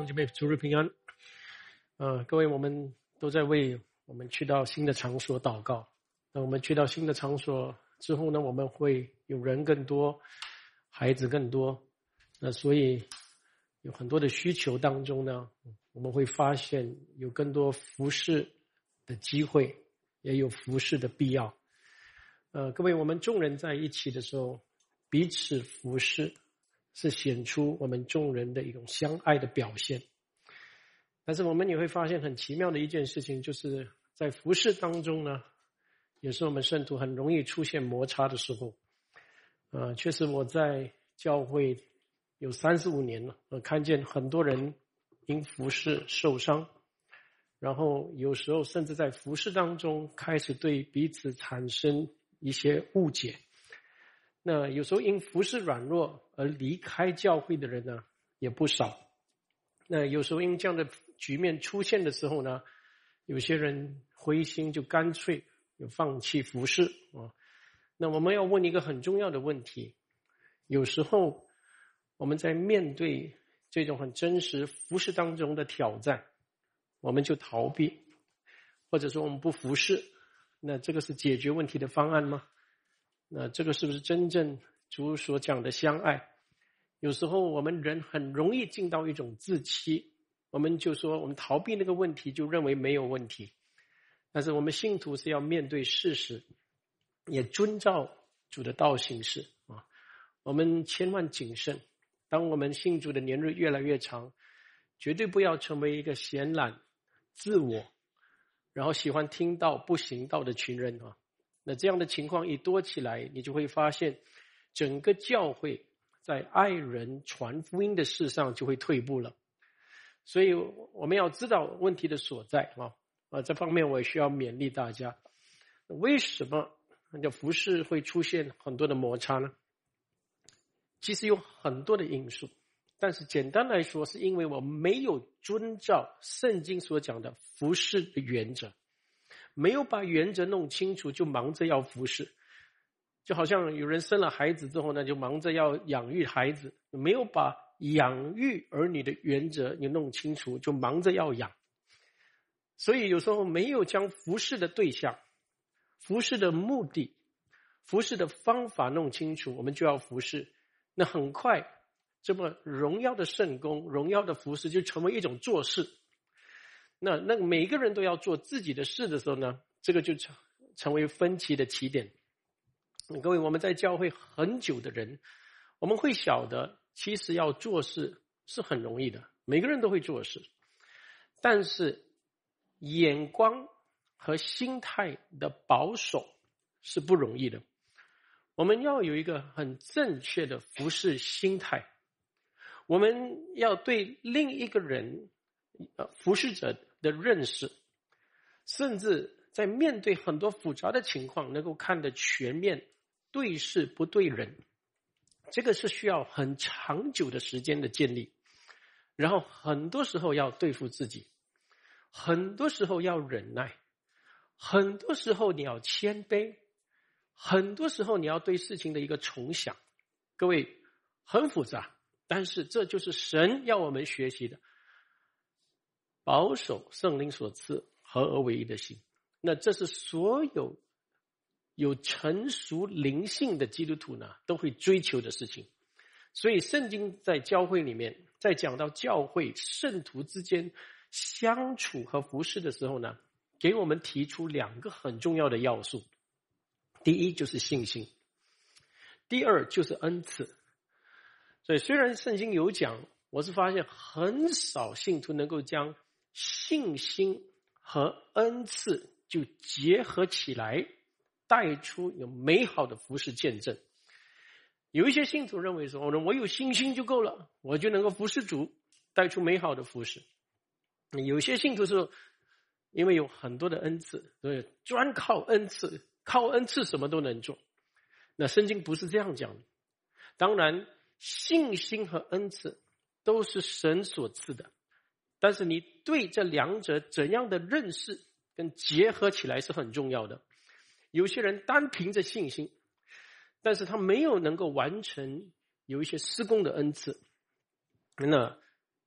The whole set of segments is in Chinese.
姐妹，主日平安。各位，我们都在为我们去到新的场所祷告。那我们去到新的场所之后呢，我们会有人更多，孩子更多。那所以有很多的需求当中呢，我们会发现有更多服侍的机会，也有服侍的必要。各位，我们众人在一起的时候，彼此服侍是显出我们众人的一种相爱的表现。但是我们也会发现很奇妙的一件事情，就是在服侍当中呢，有时候我们圣徒很容易出现摩擦的时候。确实我在教会有35年了，看见很多人因服侍受伤，然后有时候甚至在服侍当中开始对彼此产生一些误解。那有时候因服侍软弱而离开教会的人呢，也不少。那有时候因这样的局面出现的时候呢，有些人灰心，就干脆有放弃服侍。那我们要问一个很重要的问题，有时候我们在面对这种很真实服侍当中的挑战，我们就逃避，或者说我们不服侍，那这个是解决问题的方案吗？那这个是不是真正主所讲的相爱？有时候我们人很容易进到一种自欺，我们就说我们逃避那个问题，就认为没有问题。但是我们信徒是要面对事实，也遵照主的道行事。我们千万谨慎，当我们信主的年日越来越长，绝对不要成为一个闲懒自我，然后喜欢听道不行道的群人。那这样的情况一多起来，你就会发现整个教会在爱人传福音的事上就会退步了。所以我们要知道问题的所在。这方面我也需要勉励大家。为什么服事会出现很多的摩擦呢？其实有很多的因素，但是简单来说，是因为我们没有遵照圣经所讲的服事的原则，没有把原则弄清楚，就忙着要服事。就好像有人生了孩子之后呢，就忙着要养育孩子，没有把养育儿女的原则你弄清楚，就忙着要养。所以有时候没有将服事的对象、服事的目的、服事的方法弄清楚，我们就要服事。那很快这么荣耀的圣工、荣耀的服事就成为一种做事。那每个人都要做自己的事的时候呢，这个就成为分歧的起点。各位，我们在教会很久的人，我们会晓得其实要做事是很容易的，每个人都会做事，但是眼光和心态的保守是不容易的。我们要有一个很正确的服事心态，我们要对另一个人服事者的认识，甚至在面对很多复杂的情况能够看得全面，对事不对人，这个是需要很长久的时间的建立。然后很多时候要对付自己，很多时候要忍耐，很多时候你要谦卑，很多时候你要对事情的一个重想。各位，很复杂，但是这就是神要我们学习的，保守圣灵所赐合而为一的心。那这是所有成熟灵性的基督徒呢都会追求的事情。所以圣经在教会里面，在讲到教会圣徒之间相处和服事的时候呢，给我们提出2个很重要的要素。第一就是信心，第二就是恩赐。所以虽然圣经有讲，我是发现很少信徒能够将信心和恩赐就结合起来，带出有美好的服事见证。有一些信徒认为说，我有信心就够了，我就能够服事主，带出美好的服事。有些信徒说，因为有很多的恩赐，所以专靠恩赐，靠恩赐什么都能做。那圣经不是这样讲的。当然信心和恩赐都是神所赐的，但是你对这2者怎样的认识跟结合起来是很重要的。有些人单凭着信心，但是他没有能够完成有一些施工的恩赐，那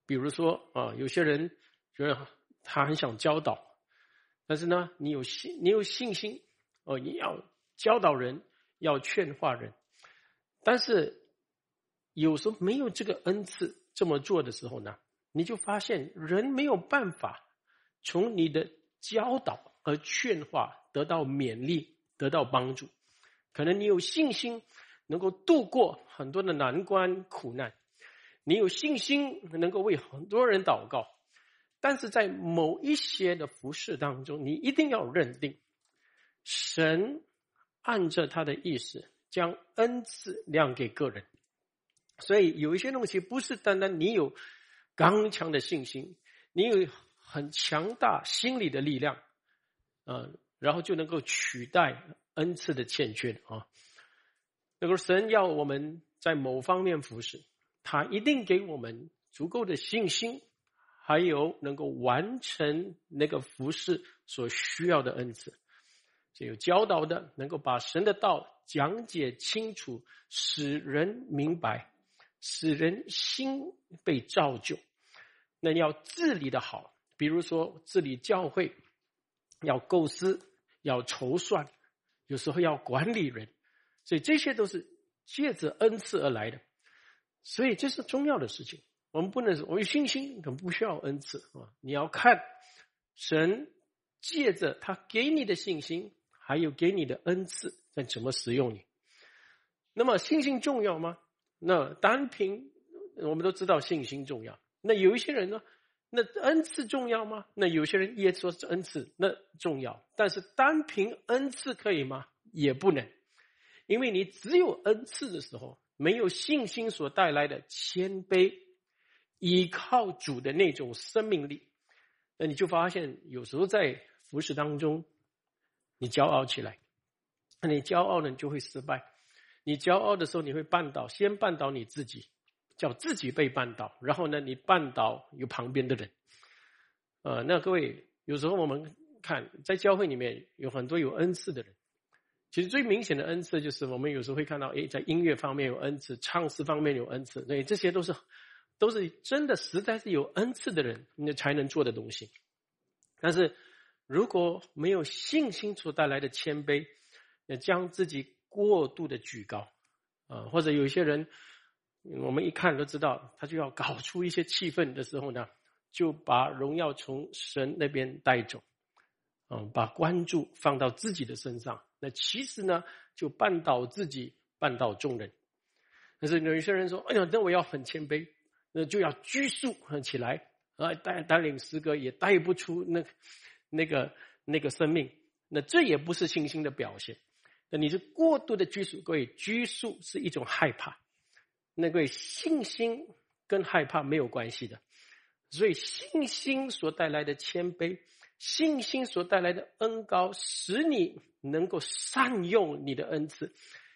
比如说有些人觉得他很想教导，但是呢，你有信心你要教导人，要劝化人，但是有时候没有这个恩赐这么做的时候呢，你就发现人没有办法从你的教导和劝化得到勉励，得到帮助。可能你有信心能够度过很多的难关苦难，你有信心能够为很多人祷告，但是在某一些的服事当中，你一定要认定神按着他的意思将恩赐量给个人。所以有一些东西不是单单你有刚强的信心，你有很强大心理的力量然后就能够取代恩赐的欠缺那个神要我们在某方面服事，他一定给我们足够的信心，还有能够完成那个服事所需要的恩赐。就有教导的，能够把神的道讲解清楚，使人明白，使人心被造就。那你要治理的好，比如说治理教会，要构思，要筹算，有时候要管理人，所以这些都是借着恩赐而来的。所以这是重要的事情，我们不能说我有信心可不需要恩赐你要看神借着他给你的信心还有给你的恩赐在怎么使用你。那么信心重要吗？那单凭我们都知道信心重要，那有一些人呢，那恩赐重要吗？那有些人也说恩赐那重要，但是单凭恩赐可以吗？也不能。因为你只有恩赐的时候，没有信心所带来的谦卑，依靠主的那种生命力，那你就发现有时候在服事当中你骄傲起来，你骄傲呢，你就会失败。你骄傲的时候，你会先绊倒你自己，叫自己被绊倒，然后呢，你绊倒有旁边的人。那各位，有时候我们看在教会里面有很多有恩赐的人，其实最明显的恩赐就是我们有时候会看到，在音乐方面有恩赐，唱诗方面有恩赐，所以这些都是真的实在是有恩赐的人你才能做的东西。但是如果没有信心所带来的谦卑，将自己过度的举高或者有一些人我们一看都知道，他就要搞出一些气氛的时候呢，就把荣耀从神那边带走把关注放到自己的身上，那其实呢就绊倒自己，绊倒众人。但是有一些人说，哎呀，那我要很谦卑，那就要拘束起来带领诗歌也带不出那个生命，那这也不是信心的表现。那你是过度的拘束，各位，拘束是一种害怕，那各位信心跟害怕没有关系的。所以信心所带来的谦卑，信心所带来的恩膏，使你能够善用你的恩赐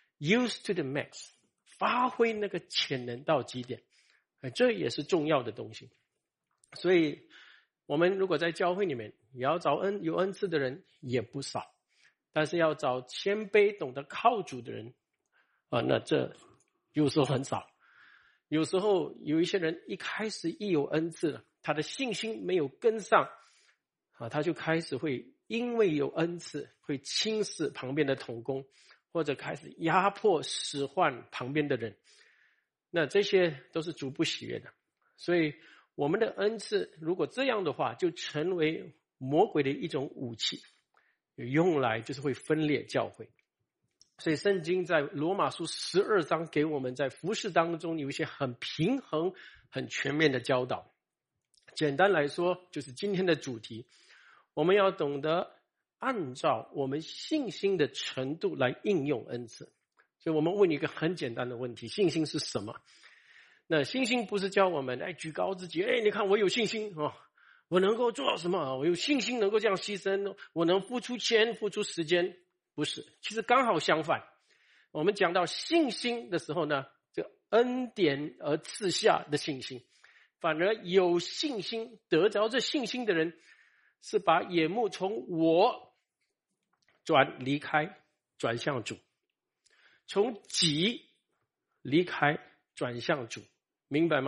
use to the max， 发挥那个潜能到极点这也是重要的东西。所以我们如果在教会里面也要找有恩赐的人也不少，但是要找谦卑懂得靠主的人那这有时候很少。有时候有一些人一开始一有恩赐了，他的信心没有跟上他就开始会因为有恩赐会轻视旁边的同工，或者开始压迫使唤旁边的人，那这些都是主不喜悦的。所以我们的恩赐如果这样的话，就成为魔鬼的一种武器，用来就是会分裂教会。所以圣经在罗马书12章给我们在服事当中有一些很平衡很全面的教导。简单来说就是今天的主题，我们要懂得按照我们信心的程度来应用恩赐。所以我们问一个很简单的问题，信心是什么？那信心不是教我们举高自己，你看我有信心我能够做到什么，我有信心能够这样牺牲，我能付出钱付出时间，不是，其实刚好相反。我们讲到信心的时候呢，这恩典而赐下的信心，反而有信心得着这信心的人是把眼目从我离开转向主，从己离开转向主，明白吗？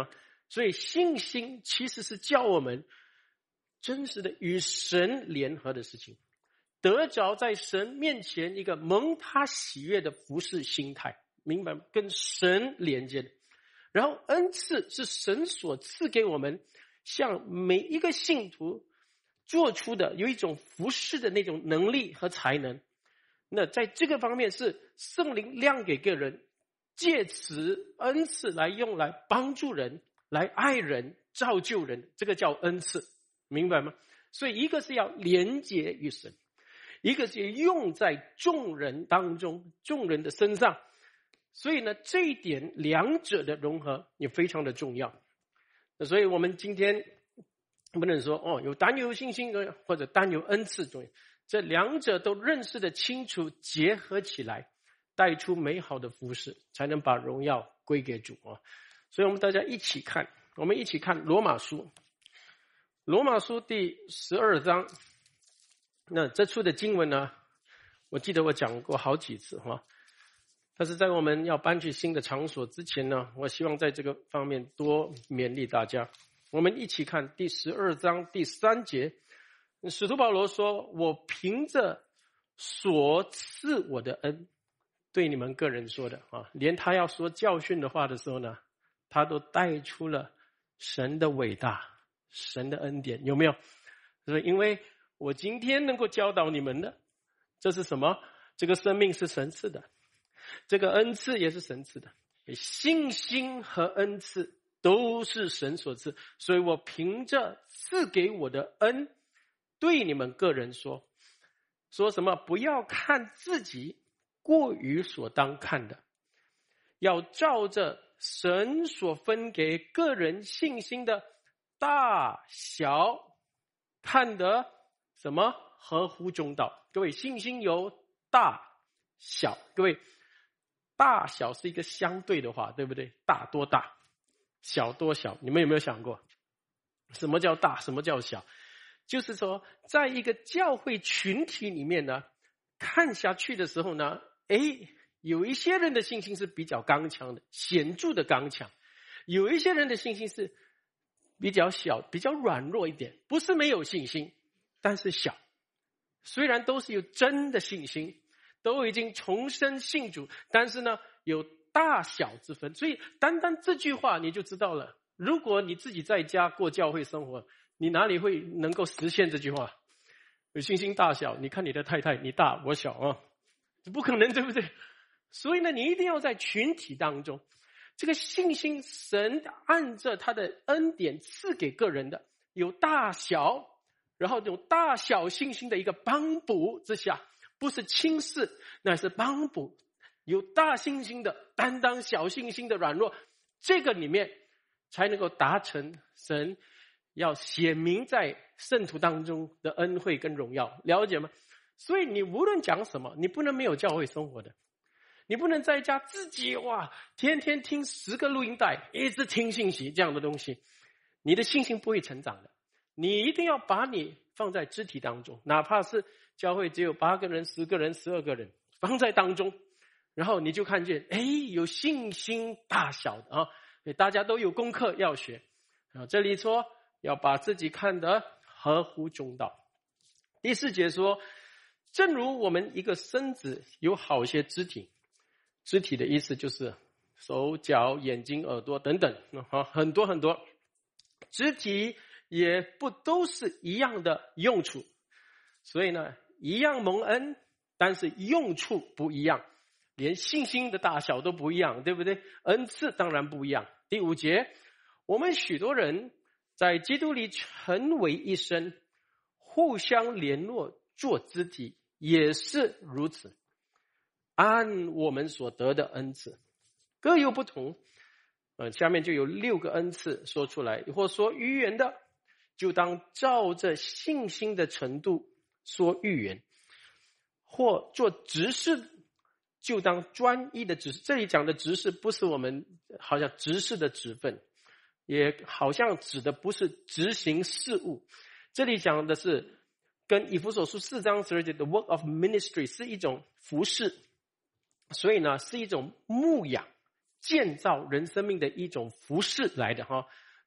所以信心其实是叫我们真实的与神联合的事情，得着在神面前一个蒙他喜悦的服事心态，明白吗？跟神连接的。然后恩赐是神所赐给我们，向每一个信徒做出的有一种服事的那种能力和才能。那在这个方面是圣灵亮给个人，借此恩赐来用来帮助人，来爱人，造就人，这个叫恩赐，明白吗？所以一个是要连结于神，一个是用在众人当中，众人的身上。所以呢，这一点两者的融合也非常的重要。所以我们今天不能说有单有信心或者单有恩赐重要，这两者都认识的清楚，结合起来，带出美好的服事，才能把荣耀归给主啊！所以我们大家一起看，我们一起看罗马书，罗马书第12章。那这处的经文呢，我记得我讲过好几次哈。但是在我们要搬去新的场所之前呢，我希望在这个方面多勉励大家。我们一起看第12章第3节，使徒保罗说：“我凭着所赐我的恩，对你们个人说的啊。”连他要说教训的话的时候呢，他都带出了神的伟大，神的恩典，有没有？所以因为我今天能够教导你们的，这是什么？这个生命是神赐的，这个恩赐也是神赐的，信心和恩赐都是神所赐，所以我凭着赐给我的恩，对你们个人说什么？不要看自己过于所当看的，要照着神所分给个人信心的大小，看得什么？合乎中道。各位，信心有大小，各位，大小是一个相对的话，对不对？大多大，小多小，你们有没有想过什么叫大，什么叫小？就是说在一个教会群体里面呢，看下去的时候呢，有一些人的信心是比较刚强的，显著的刚强，有一些人的信心是比较小，比较软弱一点，不是没有信心，但是小。虽然都是有真的信心，都已经重生信主，但是呢，有大小之分。所以单单这句话你就知道了，如果你自己在家过教会生活，你哪里会能够实现这句话？有信心大小，你看你的太太，你大我小啊，不可能，对不对？所以呢，你一定要在群体当中，这个信心神按着他的恩典赐给个人的，有大小，然后有大小信心的一个帮补之下，不是轻视，乃是帮补。有大信心的担当小信心的软弱，这个里面才能够达成神要显明在圣徒当中的恩惠跟荣耀，了解吗？所以你无论讲什么，你不能没有教会生活的，你不能在家自己天天听10个录音带，一直听信息这样的东西，你的信心不会成长的。你一定要把你放在肢体当中，哪怕是教会只有8个人、10个人、12个人，放在当中，然后你就看见有信心大小的大家都有功课要学这里说要把自己看得合乎中道。第4节说，正如我们一个身子有好些肢体，肢体的意思就是手脚眼睛耳朵等等很多很多肢体，也不都是一样的用处。所以呢，一样蒙恩，但是用处不一样，连信心的大小都不一样，对不对？恩赐当然不一样。第5节，我们许多人在基督里成为一身，互相联络做肢体，也是如此。按我们所得的恩赐各有不同下面就有6个恩赐说出来，或说预言的，就当照着信心的程度说预言；或做执事，就当专一的执事。这里讲的执事不是我们好像执事的职分，也好像指的不是执行事务，这里讲的是跟以弗所书4章12节的 work of ministry 是一种服事，所以呢是一种牧养建造人生命的一种服事来的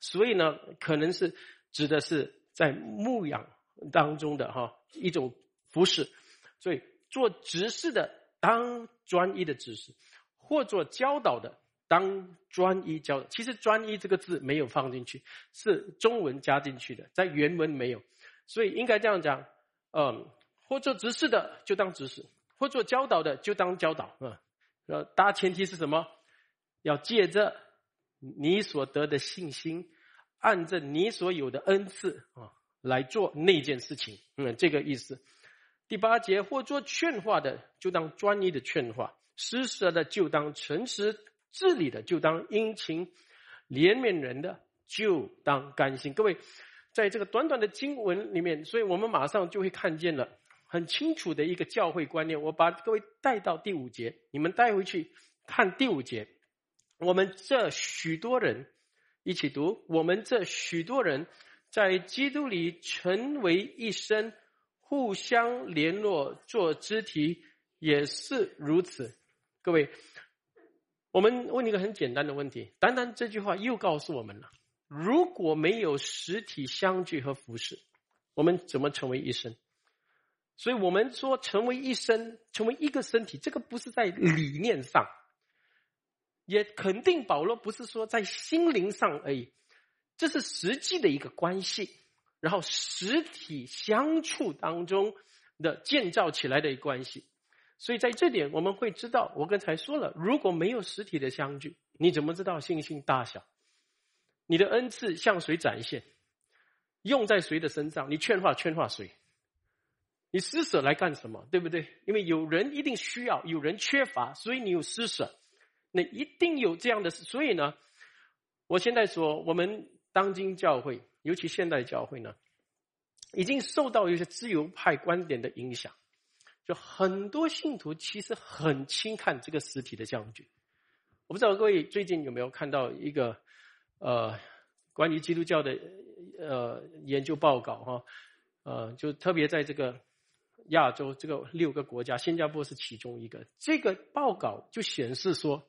所以呢，可能是指的是在牧养当中的一种服侍。所以做执事的当专一的执事，或做教导的当专一教导。其实专一这个字没有放进去，是中文加进去的，在原文没有，所以应该这样讲，或做执事的就当执事，或做教导的就当教导。大前提是什么？要借着你所得的信心，按着你所有的恩赐来做那件事情。这个意思。第8节，或做劝化的就当专一的劝化，施舍的就当诚实，治理的就当殷勤，怜悯人的就当甘心。各位，在这个短短的经文里面，所以我们马上就会看见了很清楚的一个教会观念。我把各位带到第5节，你们带回去看第5节。我们这许多人一起读，我们这许多人在基督里成为一身，互相联络做肢体，也是如此。各位，我们问一个很简单的问题，单单这句话又告诉我们了，如果没有实体相聚和服侍，我们怎么成为一身？所以我们说成为一身，成为一个身体，这个不是在理念上，也肯定保罗不是说在心灵上而已，这是实际的一个关系，然后实体相处当中的建造起来的一个关系。所以在这点我们会知道，我刚才说了，如果没有实体的相聚，你怎么知道信心大小？你的恩赐向谁展现？用在谁的身上？你劝化谁？你施舍来干什么？对不对？因为有人一定需要，有人缺乏，所以你有施舍，那一定有这样的事。所以呢，我现在说我们当今教会，尤其现代教会呢，已经受到一些自由派观点的影响，就很多信徒其实很轻看这个实体的相聚。我不知道各位最近有没有看到一个关于基督教的研究报告就特别在这个亚洲这个6个国家，新加坡是其中一个。这个报告就显示说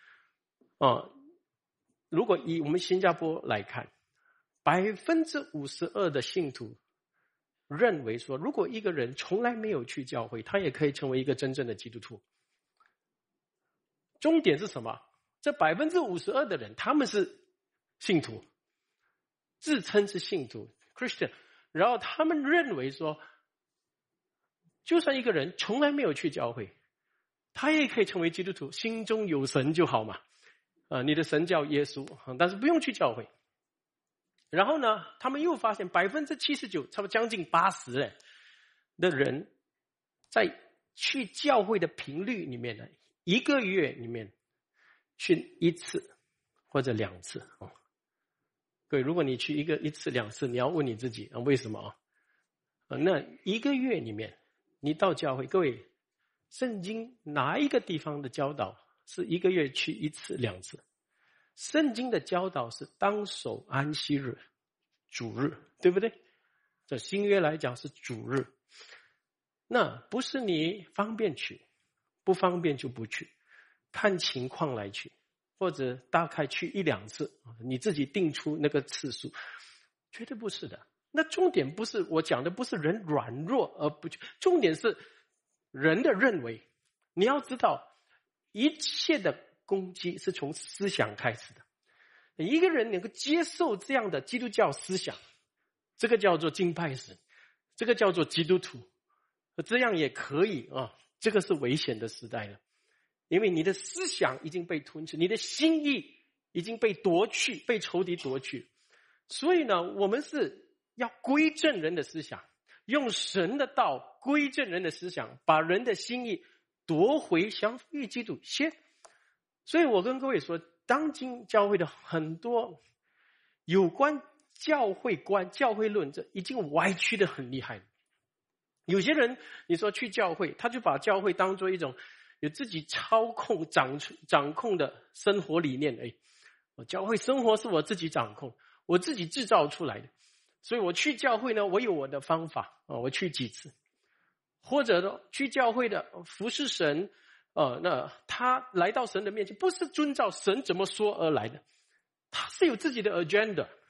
如果以我们新加坡来看， 52% 的信徒认为说，如果一个人从来没有去教会，他也可以成为一个真正的基督徒。重点是什么？这 52% 的人他们是信徒，自称是信徒 Christian， 然后他们认为说，就算一个人从来没有去教会，他也可以成为基督徒，心中有神就好嘛。你的神叫耶稣，但是不用去教会。然后呢，他们又发现 79%， 差不多将近80%的人在去教会的频率里面呢，1个月里面去1次或者2次。各位，如果你去1次2次，你要问你自己为什么那1个月里面你到教会，各位，圣经哪一个地方的教导是1个月去1次2次？圣经的教导是当守安息日，主日，对不对？这新约来讲是主日。那不是你方便去，不方便就不去，看情况来去，或者大概去1、2次，你自己定出那个次数，绝对不是的。那重点不是我讲的，不是人软弱而不去，重点是人的认为。你要知道，一切的攻击是从思想开始的。一个人能够接受这样的基督教思想，这个叫做敬拜神，这个叫做基督徒，这样也可以这个是危险的时代了。因为你的思想已经被吞噬，你的心意已经被夺去，被仇敌夺去。所以呢，我们是要归正人的思想，用神的道归正人的思想，把人的心意夺回，相属于基督先。所以我跟各位说，当今教会的很多有关教会观、教会论，这已经歪曲的很厉害了。有些人你说去教会，他就把教会当作一种有自己操控掌控的生活理念。教会生活是我自己掌控，我自己制造出来的，所以我去教会呢，我有我的方法我去几次。或者呢，去教会的服侍神那他来到神的面前，不是遵照神怎么说而来的，他是有自己的 agenda，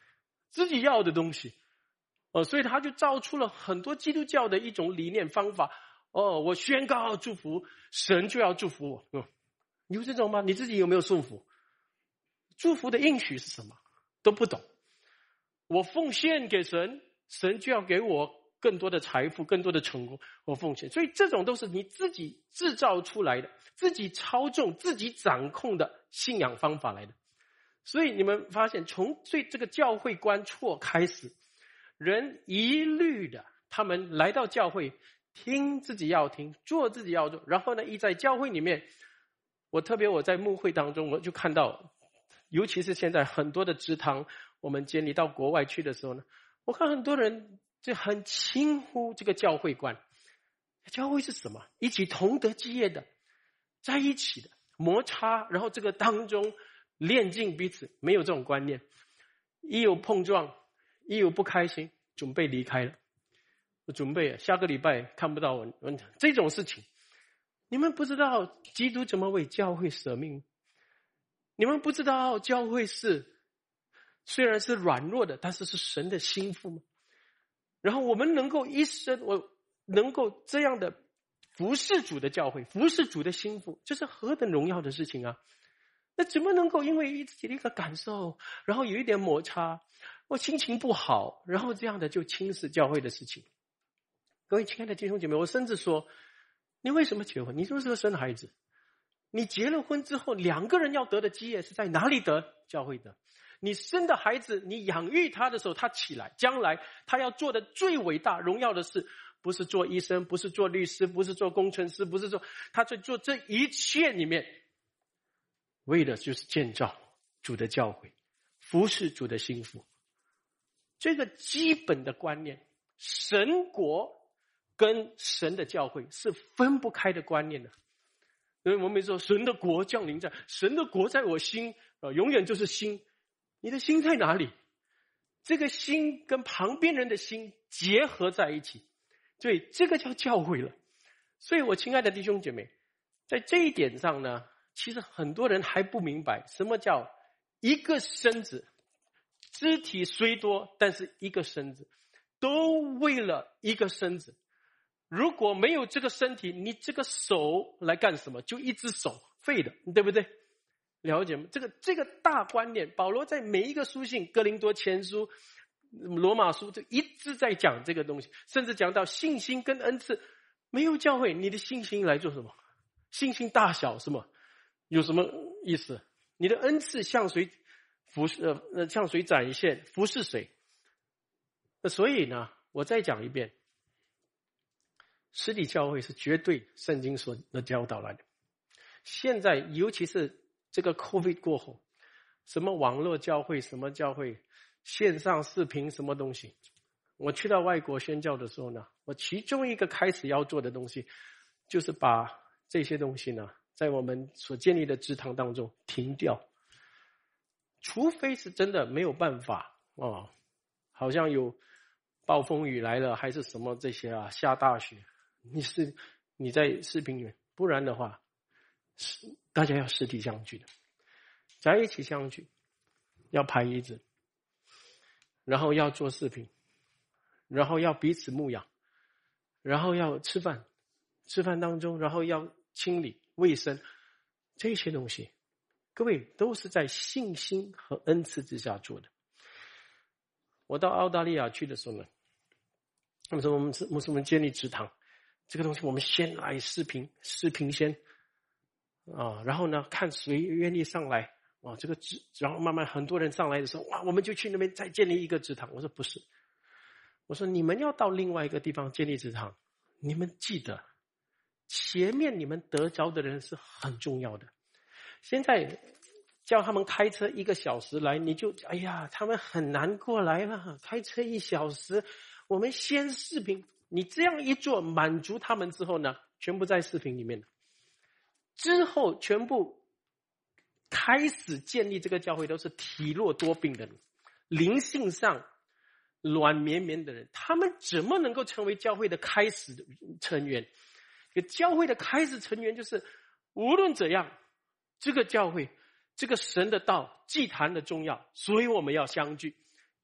自己要的东西。所以他就造出了很多基督教的一种理念方法。我宣告祝福，神就要祝福我。你有这种吗？你自己有没有顺服？祝福的应许是什么？都不懂。我奉献给神，神就要给我更多的财富，更多的成功，我奉献。所以这种都是你自己制造出来的，自己操纵、自己掌控的信仰方法来的。所以你们发现，从这个教会观错开始，人一律的，他们来到教会，听自己要听，做自己要做，然后呢，一在教会里面，我在牧会当中，我就看到，尤其是现在很多的职堂，我们建立到国外去的时候呢，我看很多人就很轻忽这个教会观。教会是什么？一起同得基业的，在一起的摩擦，然后这个当中练尽彼此，没有这种观念。一有碰撞，一有不开心，准备离开了。我准备下个礼拜看不到我这种事情。你们不知道基督怎么为教会舍命？你们不知道教会虽然是软弱的，但是是神的心腹吗？然后我们能够一生，我能够这样的服侍主的教会，服侍主的心腹，这是何等荣耀的事情啊！那怎么能够因为自己的一个感受，然后有一点摩擦，我心情不好，然后这样的就轻视教会的事情？各位亲爱的弟兄姐妹，我甚至说，你为什么结婚？你是不是要生孩子？你结了婚之后，两个人要得的基业是在哪里得？教会得。你生的孩子，你养育他的时候，他起来，将来他要做的最伟大荣耀的事，不是做医生，不是做律师，不是做工程师，不是他在做这一切里面，为的就是建造主的教会，服侍主的心腹。这个基本的观念，神国跟神的教会是分不开的观念的。因为我们说神的国降临在，神的国在我心，永远就是心。你的心在哪里？这个心跟旁边人的心结合在一起，所以这个叫教会了。所以我亲爱的弟兄姐妹，在这一点上呢，其实很多人还不明白什么叫一个身子，肢体虽多，但是一个身子，都为了一个身子。如果没有这个身体，你这个手来干什么？就一只手，废的，对不对？了解吗？这个大观念，保罗在每一个书信，哥林多前书、罗马书，就一直在讲这个东西，甚至讲到信心跟恩赐。没有教会，你的信心来做什么？信心大小什么？有什么意思？你的恩赐向谁向谁展现？服侍谁？所以呢，我再讲一遍，实体教会是绝对圣经所的教导来的。现在尤其是这个 COVID 过后，什么网络教会，什么教会，线上视频，什么东西。我去到外国宣教的时候呢，我其中一个开始要做的东西，就是把这些东西呢，在我们所建立的职堂当中停掉。除非是真的没有办法好像有暴风雨来了，还是什么这些下大雪，你在视频里面，不然的话，大家要实体相聚的，在一起相聚，要排椅子，然后要做视频，然后要彼此牧养，然后要吃饭当中，然后要清理卫生，这些东西，各位都是在信心和恩赐之下做的。我到澳大利亚去的时候呢，他们说我们建立职堂，这个东西我们先来视频先然后呢看谁愿意上来然后慢慢很多人上来的时候，我们就去那边再建立一个职堂。我说不是，我说你们要到另外一个地方建立职堂，你们记得前面你们得着的人是很重要的。现在叫他们开车1个小时来，你就他们很难过来了，开车1小时，我们先视频。你这样一做，满足他们之后呢，全部在视频里面，之后全部开始建立这个教会都是体弱多病的人，灵性上软绵绵的人，他们怎么能够成为教会的开始的成员？教会的开始成员就是无论怎样，这个教会这个神的道祭坛的重要，所以我们要相聚，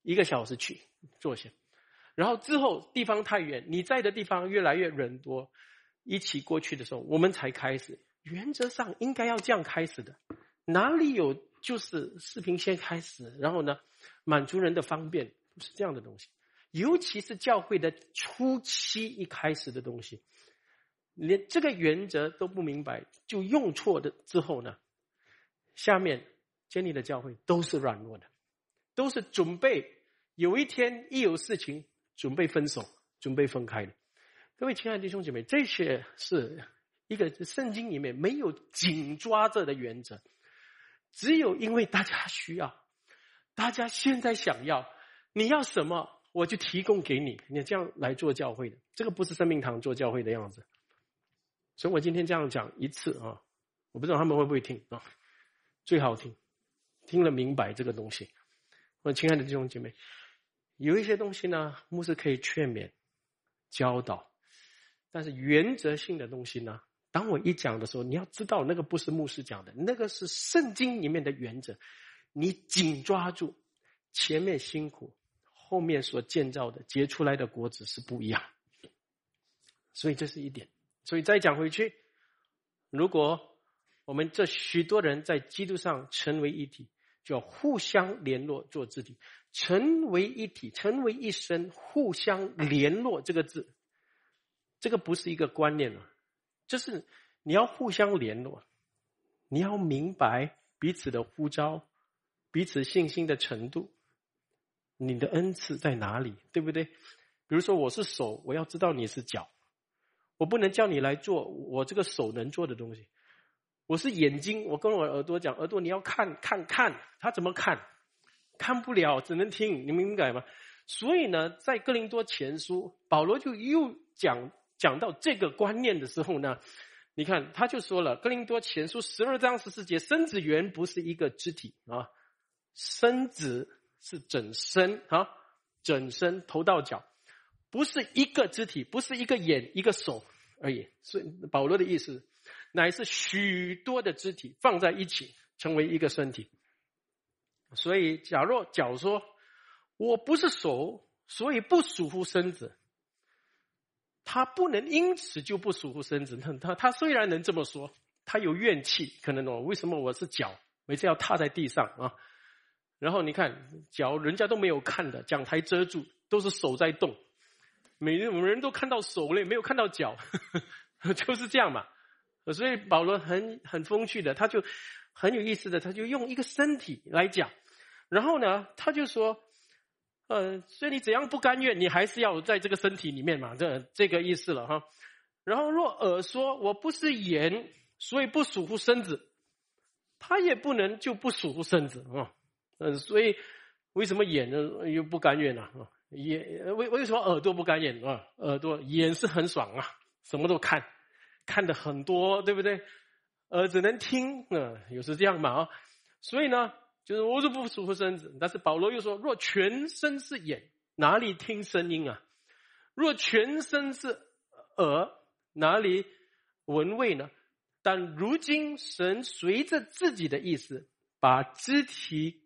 1个小时去坐下，然后之后地方太远，你在的地方越来越人多，一起过去的时候，我们才开始。原则上应该要这样开始的，哪里有就是视频先开始，然后呢满足人的方便，不是这样的东西。尤其是教会的初期一开始的东西，连这个原则都不明白，就用错的之后呢，下面建立的教会都是软弱的，都是准备有一天一有事情准备分手，准备分开的。各位亲爱的弟兄姐妹，这些是一个圣经里面没有紧抓着的原则，只有因为大家需要，大家现在想要，你要什么我就提供给你，你这样来做教会的，这个不是生命堂做教会的样子。所以我今天这样讲一次啊，我不知道他们会不会听啊，最好听，听了明白这个东西。我亲爱的弟兄姐妹，有一些东西呢，牧师可以劝勉、教导，但是原则性的东西呢，当我一讲的时候，你要知道那个不是牧师讲的，那个是圣经里面的原则，你紧抓住，前面辛苦，后面所建造的结出来的果子是不一样。所以这是一点。所以再讲回去，如果我们这许多人在基督上成为一体，就要互相联络做肢体，成为一体，成为一身，互相联络这个字，这个不是一个观念了，就是你要互相联络，你要明白彼此的呼召，彼此信心的程度，你的恩赐在哪里，对不对？比如说我是手，我要知道你是脚，我不能叫你来做我这个手能做的东西。我是眼睛，我跟我耳朵讲，耳朵你要看，他怎么看？看不了，只能听，你明白吗？所以呢，在哥林多前书，保罗就又讲到这个观念的时候呢，你看他就说了，哥林多前书12章14节，身子原不是一个肢体啊，身子是整身啊，整身头到脚，不是一个肢体，不是一个眼一个手而已。所以保罗的意思乃是许多的肢体放在一起成为一个身体。所以假若脚说我不是手，所以不属乎身子，他不能因此就不属乎身子。他虽然能这么说，他有怨气，可能为什么我是脚每次要踏在地上啊？然后你看脚人家都没有看的，讲台遮住，都是手在动，每个人都看到手嘞，没有看到脚就是这样嘛。所以保罗很风趣的，他就很有意思的，他就用一个身体来讲，然后呢他就说所以你怎样不甘愿，你还是要在这个身体里面嘛，这个意思了哈。然后若耳说我不是眼，所以不属乎身子，他也不能就不属乎身子啊。所以为什么眼呢又不甘愿啊？眼为什么耳朵不甘愿啊？耳朵眼是很爽啊，什么都看得很多，对不对？只能听，有时这样嘛啊。所以呢，就是我是不属乎身子。但是保罗又说，若全身是眼，哪里听声音啊？若全身是耳，哪里闻味呢？但如今神随着自己的意思，把肢体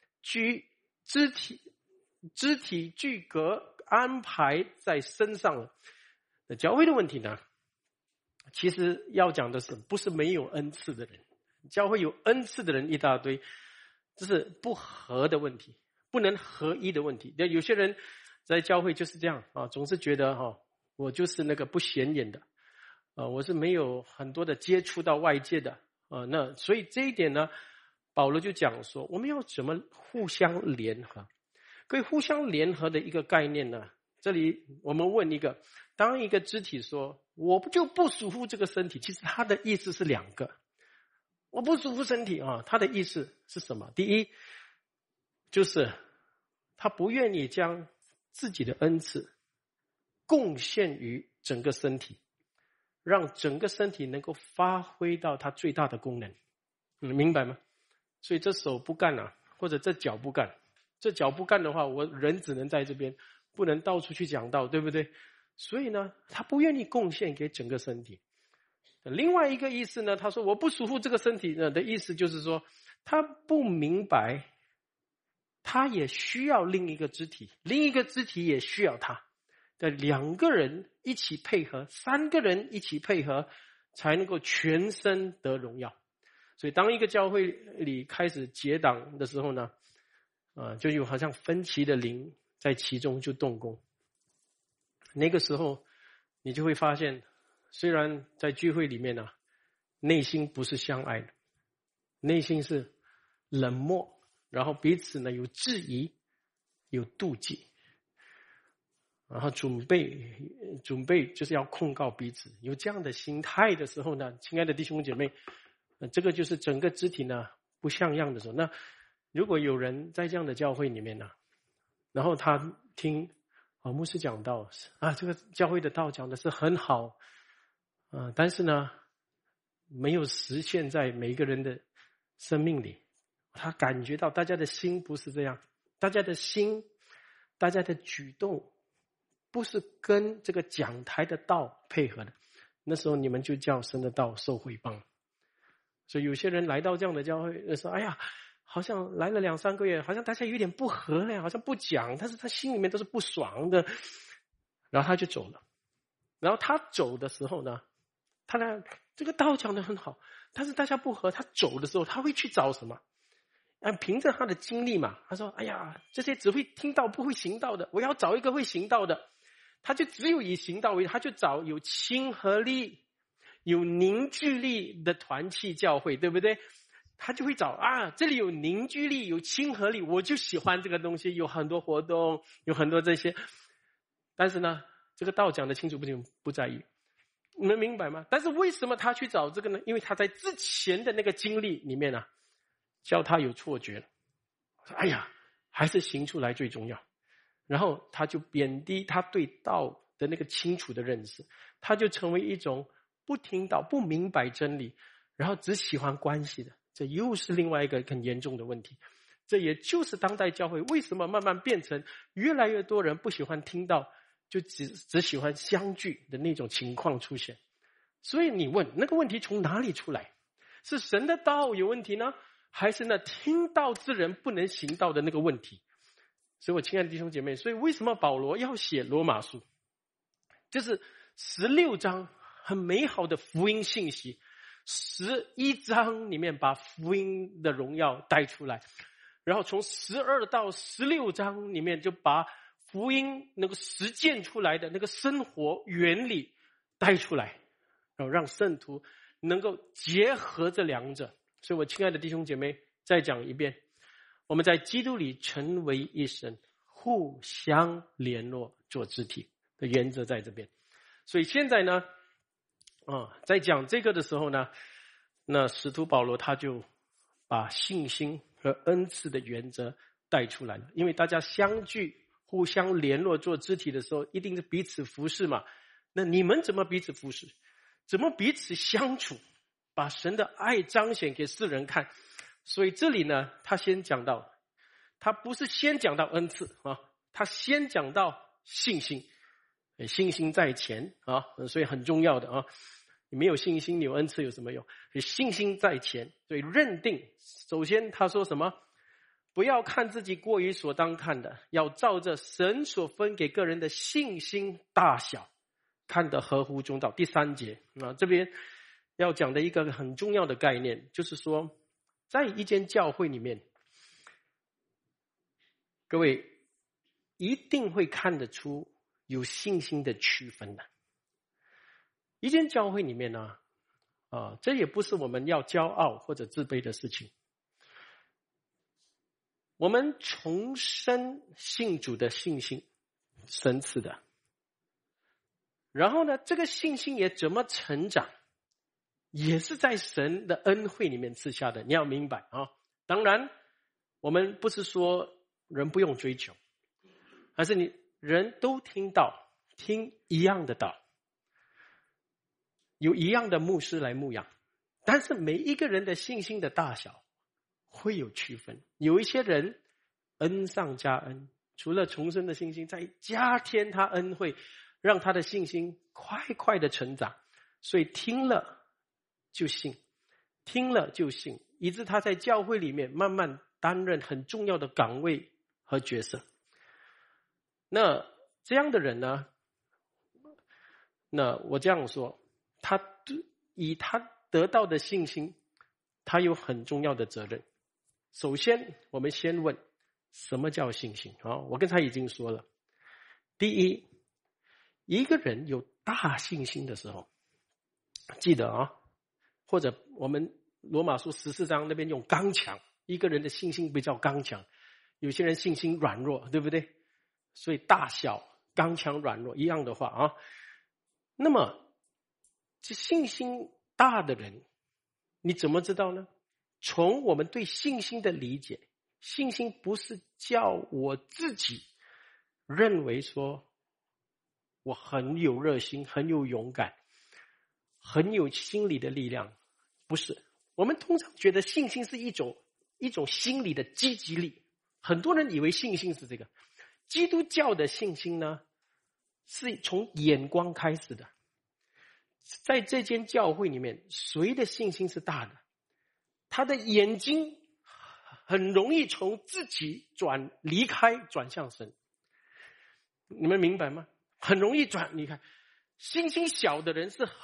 具格安排在身上了。那教会的问题呢，其实要讲的是不是没有恩赐的人，教会有恩赐的人一大堆，这是不合的问题，不能合一的问题。有些人在教会就是这样啊，总是觉得我就是那个不显眼的我是没有很多的接触到外界的那所以这一点呢，保罗就讲说我们要怎么互相联合。各位，互相联合的一个概念呢，这里我们问一个，当一个肢体说我就不属乎这个身体，其实他的意思是两个，我不属乎身体他的意思是什么？第一就是他不愿意将自己的恩赐贡献于整个身体，让整个身体能够发挥到它最大的功能，明白吗？所以这手不干或者这脚不干，这脚不干的话，我人只能在这边，不能到处去讲道，对不对？所以呢，他不愿意贡献给整个身体。另外一个意思呢，他说我不属乎这个身体的意思就是说，他不明白他也需要另一个肢体，另一个肢体也需要他。的2个人一起配合，3个人一起配合，才能够全身得荣耀。所以当一个教会里开始结党的时候呢，就有好像分歧的灵在其中就动工。那个时候你就会发现，虽然在聚会里面呢，内心不是相爱的，内心是冷漠，然后彼此呢有质疑，有妒忌，然后准备就是要控告彼此。有这样的心态的时候呢，亲爱的弟兄姐妹，这个就是整个肢体呢不像样的时候。那如果有人在这样的教会里面呢，然后他听牧师讲道这个教会的道讲的是很好，但是呢没有实现在每一个人的生命里，他感觉到大家的心不是这样，大家的心，大家的举动不是跟这个讲台的道配合的，那时候你们就叫神的道受毁谤。所以有些人来到这样的教会说，哎呀，好像来了2-3个月，好像大家有点不合了，好像不讲，但是他心里面都是不爽的，然后他就走了。然后他走的时候呢，他呢这个道讲得很好，但是大家不合，他走的时候他会去找什么？凭着他的经历嘛，他说，哎呀，这些只会听到不会行道的，我要找一个会行道的。他就只有以行道为，他就找有亲和力、有凝聚力的团契教会，对不对？他就会找这里有凝聚力，有亲和力，我就喜欢这个东西，有很多活动，有很多这些。但是呢，这个道讲得清楚不在意，你们明白吗？但是为什么他去找这个呢？因为他在之前的那个经历里面呢，叫他有错觉了。哎呀，还是行出来最重要。然后他就贬低他对道的那个清楚的认识，他就成为一种不听道、不明白真理，然后只喜欢关系的。这又是另外一个很严重的问题。这也就是当代教会为什么慢慢变成越来越多人不喜欢听道，就只喜欢相聚的那种情况出现。所以你问那个问题从哪里出来？是神的道有问题呢，还是那听道之人不能行道的那个问题？所以我亲爱的弟兄姐妹，所以为什么保罗要写罗马书？就是16章很美好的福音信息，11章里面把福音的荣耀带出来，然后从12到16章里面就把福音能够实践出来的那个生活原理带出来，然后让圣徒能够结合这两者。所以我亲爱的弟兄姐妹，再讲一遍，我们在基督里成为一身，互相联络做肢体的原则在这边。所以现在呢，在讲这个的时候呢，那使徒保罗他就把信心和恩赐的原则带出来了。因为大家相聚互相联络做肢体的时候，一定是彼此服侍嘛。那你们怎么彼此服侍？怎么彼此相处？把神的爱彰显给世人看。所以这里呢，他先讲到，他不是先讲到恩赐他先讲到信心，信心在前所以很重要的你没有信心，你有恩赐有什么用？信心在前，所以认定。首先他说什么？不要看自己过于所当看的，要照着神所分给个人的信心大小，看得合乎中道。第3节这边要讲的一个很重要的概念，就是说在一间教会里面，各位一定会看得出有信心的区分的。一间教会里面呢，这也不是我们要骄傲或者自卑的事情。我们重生信主的信心，神赐的。然后呢，这个信心也怎么成长，也是在神的恩惠里面赐下的，你要明白当然我们不是说人不用追求，而是你人都听到，听一样的道，有一样的牧师来牧养，但是每一个人的信心的大小会有区分。有一些人恩上加恩，除了重生的信心，再加添他恩惠，让他的信心快的成长。所以听了就信，听了就信，以致他在教会里面慢慢担任很重要的岗位和角色。那这样的人呢，那我这样说，以他得到的信心，他有很重要的责任。首先我们先问什么叫信心啊？我刚才已经说了，第一，一个人有大信心的时候，记得啊，或者我们罗马书14章那边用刚强，一个人的信心比较刚强，有些人信心软弱，对不对？所以大小刚强软弱一样的话啊，那么这信心大的人，你怎么知道呢？从我们对信心的理解，信心不是叫我自己认为说我很有热心，很有勇敢，很有心理的力量，不是。我们通常觉得信心是一种心理的积极力，很多人以为信心是这个。基督教的信心呢，是从眼光开始的。在这间教会里面，谁的信心是大的？他的眼睛很容易从自己离开转向神。你们明白吗？很容易离开。信心小的人是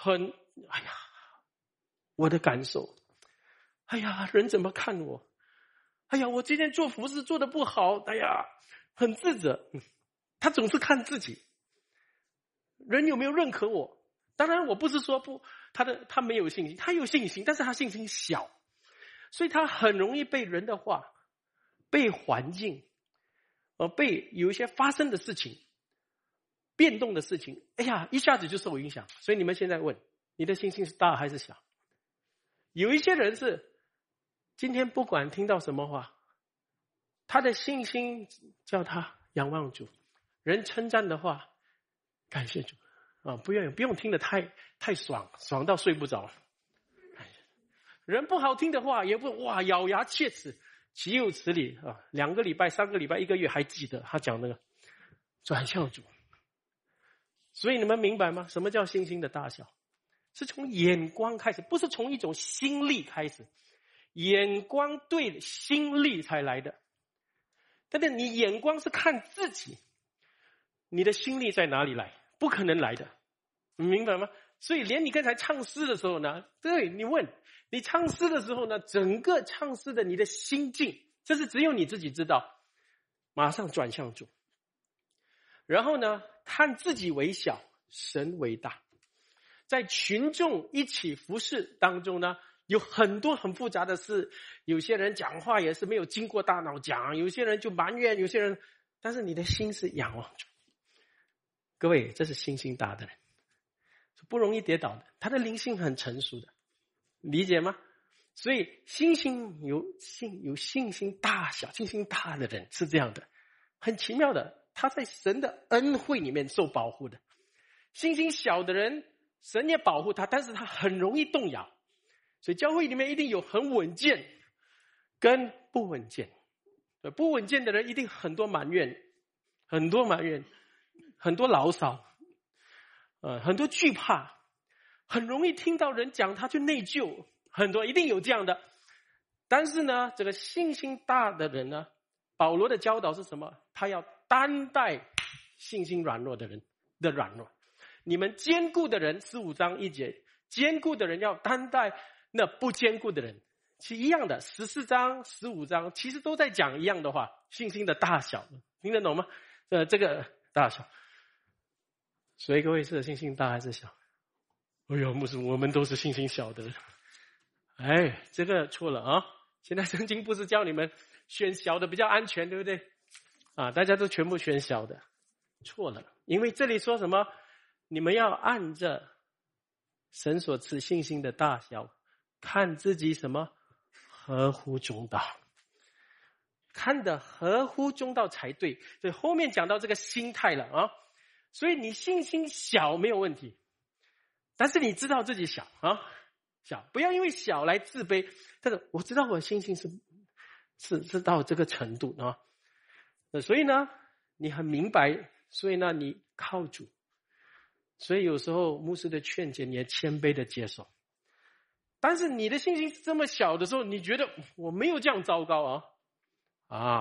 我的感受，人怎么看我？我今天做服事做得不好，很自责。他总是看自己，人有没有认可我？当然我不是说他没有信心，他有信心，但是他信心小，所以他很容易被人的话，被环境，被有一些发生的事情，变动的事情，一下子就受影响。所以你们现在问，你的信心是大还是小？有一些人是今天不管听到什么话，他的信心叫他仰望主，人称赞的话感谢主不用听得太爽到睡不着。人不好听的话也不咬牙切齿，岂有此理2个礼拜3个礼拜1个月还记得他讲那个转向主。所以你们明白吗？什么叫信心的大小？是从眼光开始，不是从一种心力开始。眼光对，心力才来的。但是你眼光是看自己，你的心力在哪里来？不可能来的，你明白吗？所以连你刚才唱诗的时候呢，对，你问你唱诗的时候呢，整个唱诗的你的心境，这是只有你自己知道，马上转向主。然后呢，看自己为小，神为大。在群众一起服侍当中呢，有很多很复杂的事，有些人讲话也是没有经过大脑讲，有些人就埋怨，有些人，但是你的心是仰望主。各位，这是信心大的人，不容易跌倒的，他的灵性很成熟的，理解吗？所以有信心大小，信心大的人是这样的，很奇妙的，他在神的恩惠里面受保护的。信心小的人，神也保护他，但是他很容易动摇。所以教会里面一定有很稳健跟不稳健，不稳健的人一定很多埋怨，很多牢骚，很多惧怕，很容易听到人讲他就内疚，很多一定有这样的。但是呢，这个信心大的人呢，保罗的教导是什么？他要担待信心软弱的人的软弱。你们坚固的人，15章1节，坚固的人要担待那不坚固的人，其实一样的。14章、15章其实都在讲一样的话，信心的大小，听得懂吗？这个大小。所以各位是信心大还是小？牧师，我们都是信心小的人。这个错了啊！现在圣经不是教你们选小的比较安全，对不对？大家都全部选小的，错了。因为这里说什么？你们要按着神所赐信心的大小，看自己什么合乎中道，看得合乎中道才对。所以后面讲到这个心态了啊。所以你信心小没有问题，但是你知道自己小，不要因为小来自卑。但是我知道我信心是到这个程度啊。所以呢，你很明白，所以呢，你靠主。所以有时候牧师的劝解你也谦卑的接受。但是你的信心这么小的时候，你觉得我没有这样糟糕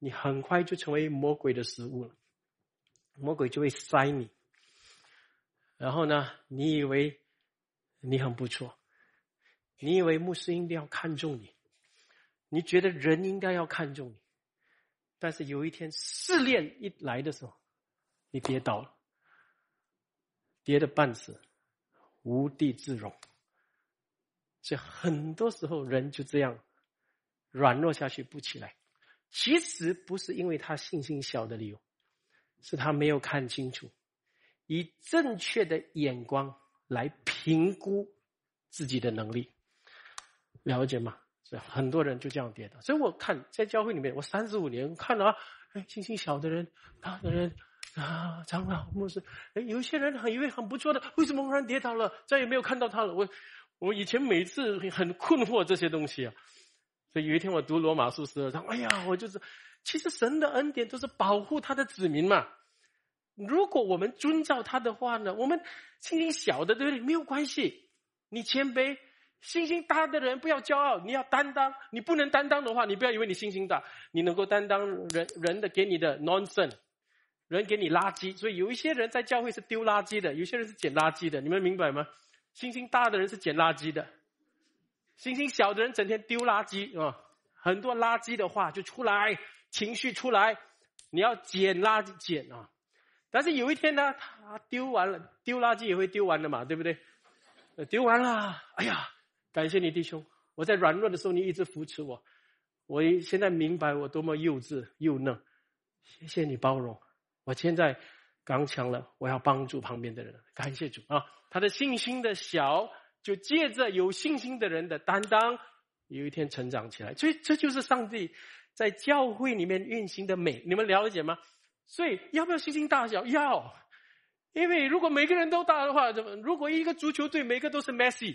你很快就成为魔鬼的食物了。魔鬼就会塞你，然后呢，你以为你很不错，你以为牧师应该要看重你，你觉得人应该要看重你，但是有一天试炼一来的时候，你跌倒了，跌得半死，无地自容。所以很多时候人就这样软弱下去不起来，其实不是因为他信心小的理由，是他没有看清楚，以正确的眼光来评估自己的能力，了解吗？所以很多人就这样跌倒。所以我看在教会里面，我35年看了信心小的人、大的人长老、牧师，有一些人以为很不错的，为什么忽然跌倒了？再也没有看到他了。我以前每次很困惑这些东西啊。所以有一天我读罗马书12章，我就是其实神的恩典都是保护他的子民嘛。如果我们遵照他的话呢，我们信心小的，对不对？没有关系，你谦卑。信心大的人不要骄傲，你要担当。你不能担当的话，你不要以为你信心大，你能够担当人的给你的 nonsense， 人给你垃圾。所以有一些人在教会是丢垃圾的，有些人是捡垃圾的，你们明白吗？信心大的人是捡垃圾的，信心小的人整天丢垃圾很多垃圾的话就出来，情绪出来，你要捡垃圾捡但是有一天呢，他丢完了，丢垃圾也会丢完的嘛，对不对？丢完了，感谢你弟兄，我在软弱的时候你一直扶持我，我现在明白我多么幼稚幼嫩，谢谢你包容，我现在刚强了，我要帮助旁边的人，感谢主他的信心的小，就借着有信心的人的担当，有一天成长起来。所以这就是上帝在教会里面运行的美，你们了解吗？所以要不要信心大小？要，因为如果每个人都大的话，如果一个足球队每个都是 Messi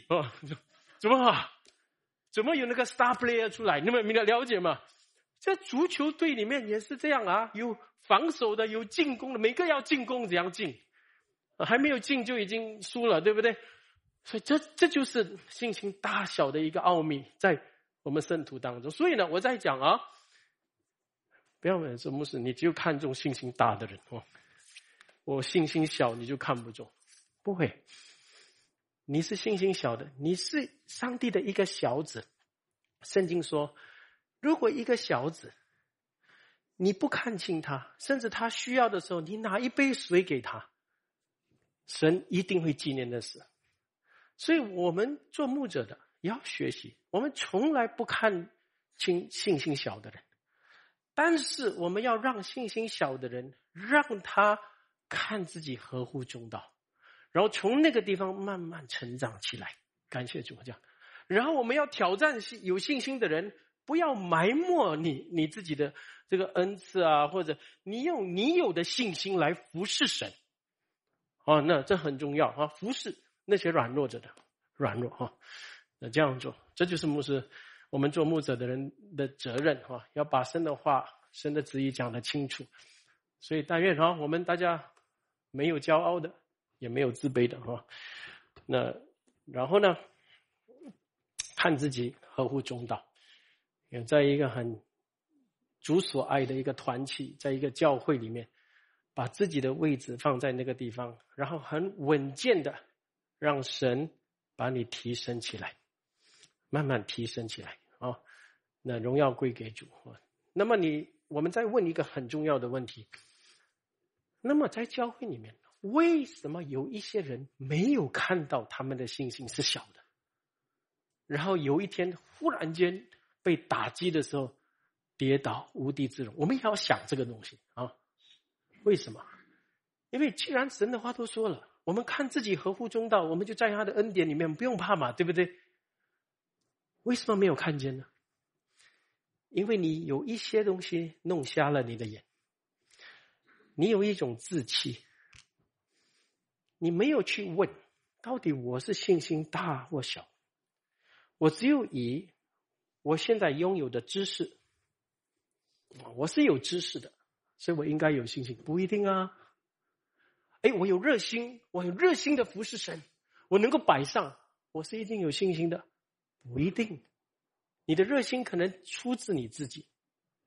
怎么有那个 star player 出来？你们了解吗？在足球队里面也是这样有防守的，有进攻的，每个要进攻怎样进还没有进就已经输了，对不对？所以这就是信心大小的一个奥秘，在我们圣徒当中。所以呢，我在讲不要问说牧师，你只有看重信心大的人我信心小你就看不中，不会。你是信心小的，你是上帝的一个小子。圣经说，如果一个小子你不看清他，甚至他需要的时候你拿一杯水给他，神一定会纪念的事。所以我们做牧者的也要学习，我们从来不看清信心小的人，但是我们要让信心小的人让他看自己合乎中道，然后从那个地方慢慢成长起来，感谢主这样。然后我们要挑战有信心的人，不要埋没你自己的这个恩赐或者你用你有的信心来服侍神那这很重要服侍那些软弱者的软弱那这样做，这就是我们做牧者的人的责任要把神的话、神的旨意讲得清楚。所以但愿我们大家没有骄傲的，也没有自卑的那然后呢，看自己合乎中道，也在一个很主所爱的一个团体，在一个教会里面，把自己的位置放在那个地方，然后很稳健的让神把你提升起来，慢慢提升起来那荣耀归给主那么我们再问一个很重要的问题，那么在教会里面，为什么有一些人没有看到他们的信心是小的，然后有一天忽然间被打击的时候跌倒无地自容？我们也要想这个东西为什么？因为既然神的话都说了，我们看自己合乎中道，我们就在他的恩典里面，不用怕嘛，对不对？为什么没有看见呢？因为你有一些东西弄瞎了你的眼，你有一种志气，你没有去问到底我是信心大或小，我只有以我现在拥有的知识，我是有知识的，所以我应该有信心，不一定我有热心，我有热心的服侍神，我能够摆上，我是一定有信心的，不一定。你的热心可能出自你自己，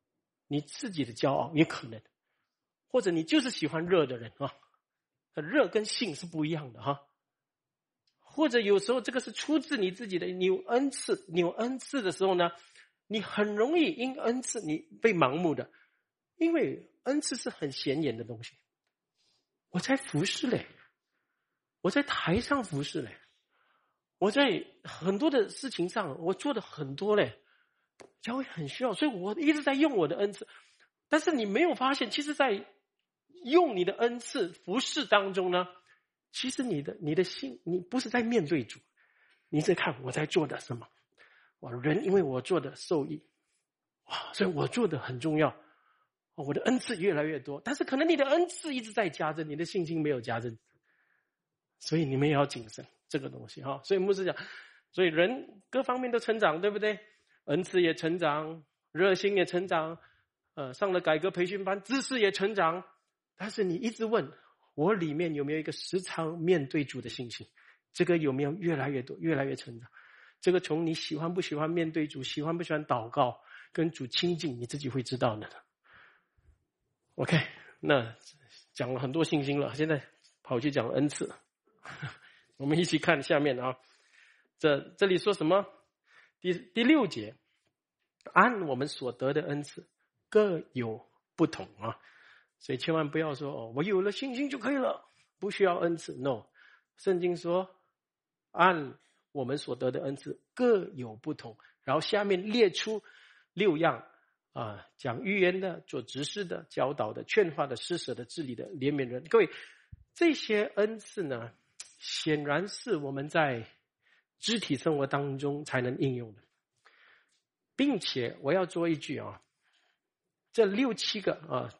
你自己的骄傲也可能，或者你就是喜欢热的人啊，热跟性是不一样的哈。或者有时候这个是出自你自己的，你有恩赐的时候呢，你很容易因恩赐你被盲目的，因为恩赐是很显眼的东西。我在服侍嘞，我在台上服侍嘞，我在很多的事情上我做的很多嘞，教会很需要，所以我一直在用我的恩赐。但是你没有发现，其实在用你的恩赐服侍当中呢，其实你的心，你不是在面对主，你在看我在做的什么。哇，人因为我做的受益，哇，所以我做的很重要，我的恩赐越来越多。但是可能你的恩赐一直在加增，你的信心没有加增，所以你们也要谨慎这个东西哈。所以牧师讲，所以人各方面都成长，对不对？恩赐也成长，热心也成长，上了改革培训班，知识也成长。但是你一直问我里面有没有一个时常面对主的信心，这个有没有越来越多，越来越成长？这个从你喜欢不喜欢面对主，喜欢不喜欢祷告，跟主亲近，你自己会知道的。OK， 那讲了很多信心了，现在跑去讲恩赐。我们一起看下面啊，这里说什么？第6节，按我们所得的恩赐各有不同啊，所以千万不要说我有了信心就可以了，不需要恩赐。No， 圣经说按我们所得的恩赐各有不同，然后下面列出6样啊，讲预言的，做执事的，教导的，劝化的，施舍的，治理的，怜悯人。各位，这些恩赐呢，显然是我们在肢体生活当中才能应用的，并且我要说一句啊，这6、7个啊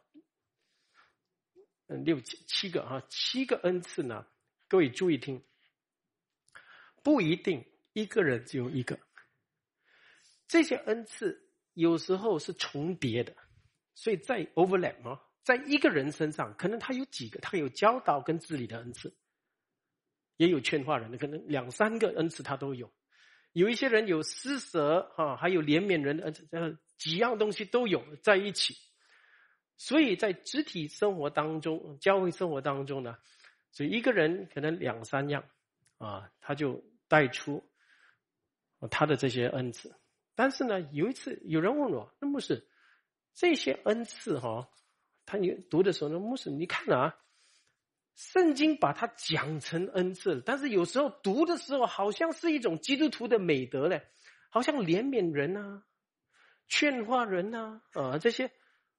，6、7个啊，7个恩赐呢，各位注意听，不一定一个人只有一个，这些恩赐有时候是重叠的，所以在 overlap 啊，在一个人身上，可能他有几个，他有教导跟治理的恩赐，也有劝化人的，可能2、3个恩赐他都有。有一些人有施舍啊，还有怜悯人的几样东西都有在一起。所以在肢体生活当中，教会生活当中呢，所以一个人可能2、3样啊，他就带出他的这些恩赐。但是呢，有一次有人问我，那牧师，这些恩赐他读的时候呢，牧师你看啊，圣经把它讲成恩赐了，但是有时候读的时候好像是一种基督徒的美德嘞，好像怜悯人啊，劝化人啊，这些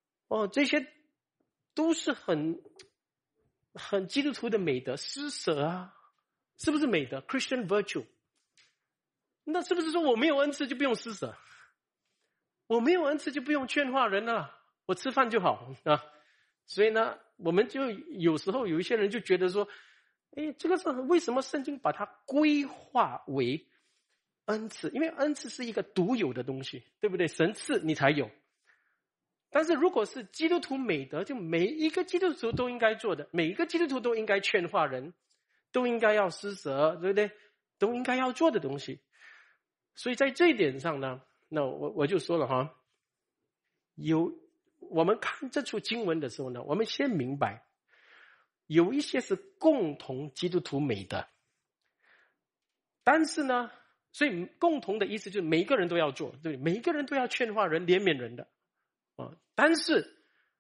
都是很基督徒的美德，施舍啊，是不是美德 Christian virtue？ 那是不是说我没有恩赐就不用施舍？我没有恩赐就不用劝化人了，我吃饭就好啊？所以呢，我们就有时候有一些人就觉得说，这个是为什么圣经把它规划为恩赐？因为恩赐是一个独有的东西，对不对？神赐你才有。但是如果是基督徒美德，就每一个基督徒都应该做的，每一个基督徒都应该劝化人，都应该要施舍，对不对？都应该要做的东西。所以在这一点上呢，那我就说了哈，我们看这处经文的时候呢，我们先明白，有一些是共同基督徒美德，但是呢，所以共同的意思就是每一个人都要做，对，每一个人都要劝化人、怜悯人的但是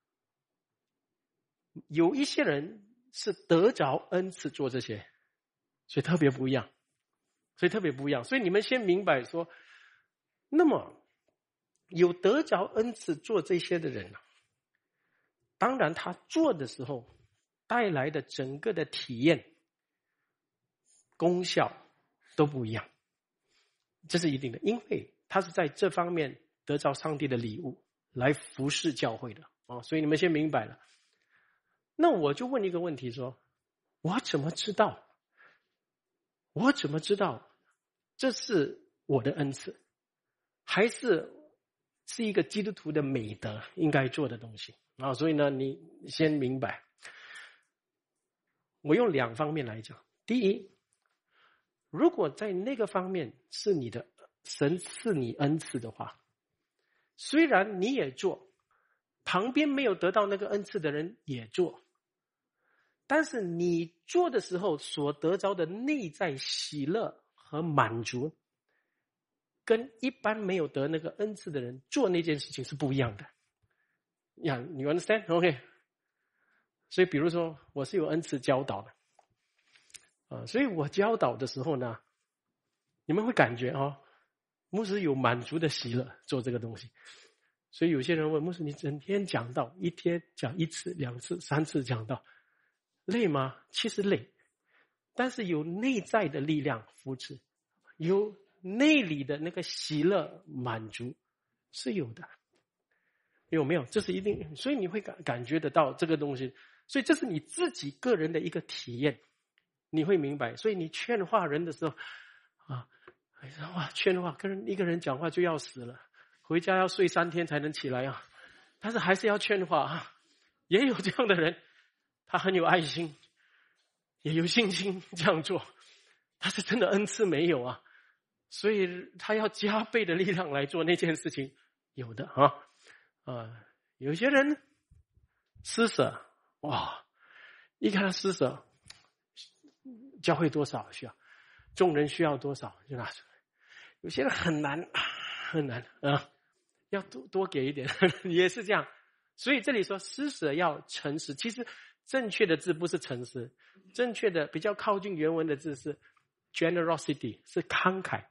有一些人是得着恩赐做这些，所以特别不一样。所以你们先明白说，那么有得着恩赐做这些的人当然他做的时候带来的整个的体验、功效都不一样，这是一定的，因为他是在这方面得着上帝的礼物来服侍教会的所以你们先明白了。那我就问一个问题说，我怎么知道这是我的恩赐，还是一个基督徒的美德应该做的东西所以呢，你先明白，我用2方面来讲。第一，如果在那个方面是你的神赐你恩赐的话，虽然你也做， 旁边没有得到那个恩赐的人也做，但是你做的时候所得着的内在喜乐和满足，跟一般没有得那个恩赐的人做那件事情是不一样的。you understand? OK。所以比如说我是有恩赐教导的，所以我教导的时候呢，你们会感觉牧师有满足的喜乐做这个东西。所以有些人问牧师，你整天讲道，一天讲1次、2次、3次讲道，累吗？其实累，但是有内在的力量扶持，有内里的那个喜乐满足是有的，有没有？这是一定，所以你会感觉得到这个东西，所以这是你自己个人的一个体验，你会明白。所以你劝化人的时候哇，劝化跟一个人讲话就要死了，回家要睡3天才能起来啊，但是还是要劝化啊。也有这样的人，他很有爱心，也有信心这样做，他是真的恩赐没有啊，所以他要加倍的力量来做那件事情，有的有些人施舍，哇，一看他施舍，教会多少需要，众人需要多少就拿出来。有些人很难要多给一点也是这样。所以这里说施舍要诚实，其实正确的字不是诚实，正确的比较靠近原文的字是 generosity， 是慷慨。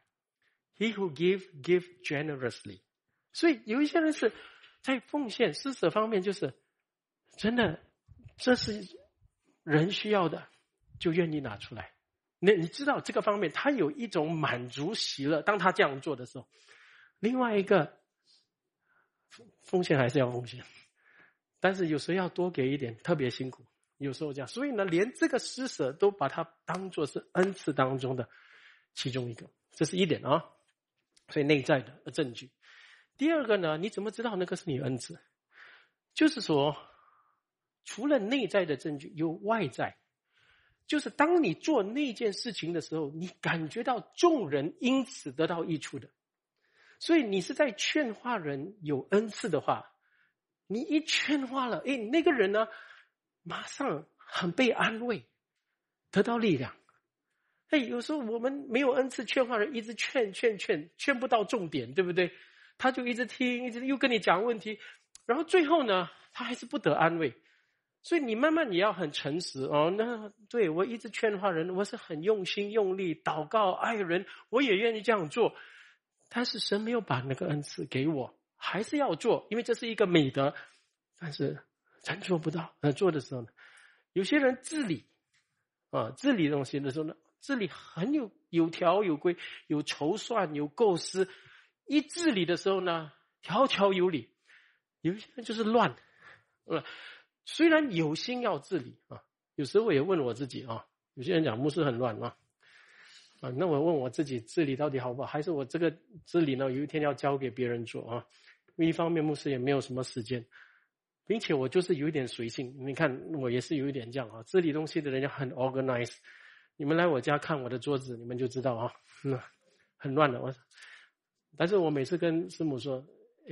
He who give generously。 所以有一些人是在奉献施舍方面，就是真的这是人需要的就愿意拿出来。你知道这个方面他有一种满足喜乐，当他这样做的时候。另外一个奉献还是要奉献，但是有时候要多给一点，特别辛苦，有时候这样。所以呢，连这个施舍都把它当作是恩赐当中的其中一个，这是一点啊。所以内在的证据。第二个呢，你怎么知道那个是你恩赐？就是说除了内在的证据，有外在，就是当你做那件事情的时候，你感觉到众人因此得到益处的。所以你是在劝化人有恩赐的话，你一劝化了，那个人呢马上很被安慰，得到力量。有时候我们没有恩赐，劝化人一直劝不到重点，对不对？他就一直听，一直又跟你讲问题，然后最后呢他还是不得安慰。所以你慢慢你要很诚实那对，我一直劝化人，我是很用心用力祷告爱人，我也愿意这样做，但是神没有把那个恩赐给我，还是要做，因为这是一个美德，但是咱做不到。做的时候呢，有些人治理治理东西的时候呢，治理很有条有规，有筹算有构思，一治理的时候呢条条有理。有些人就是乱虽然有心要治理有时候我也问我自己有些人讲牧师很乱那我问我自己治理到底好不好，还是我这个治理呢有一天要交给别人做因为一方面牧师也没有什么时间，并且我就是有一点随性。你看我也是有一点这样治理东西的人很 organize。 你们来我家看我的桌子，你们就知道很乱的。但是我每次跟师母说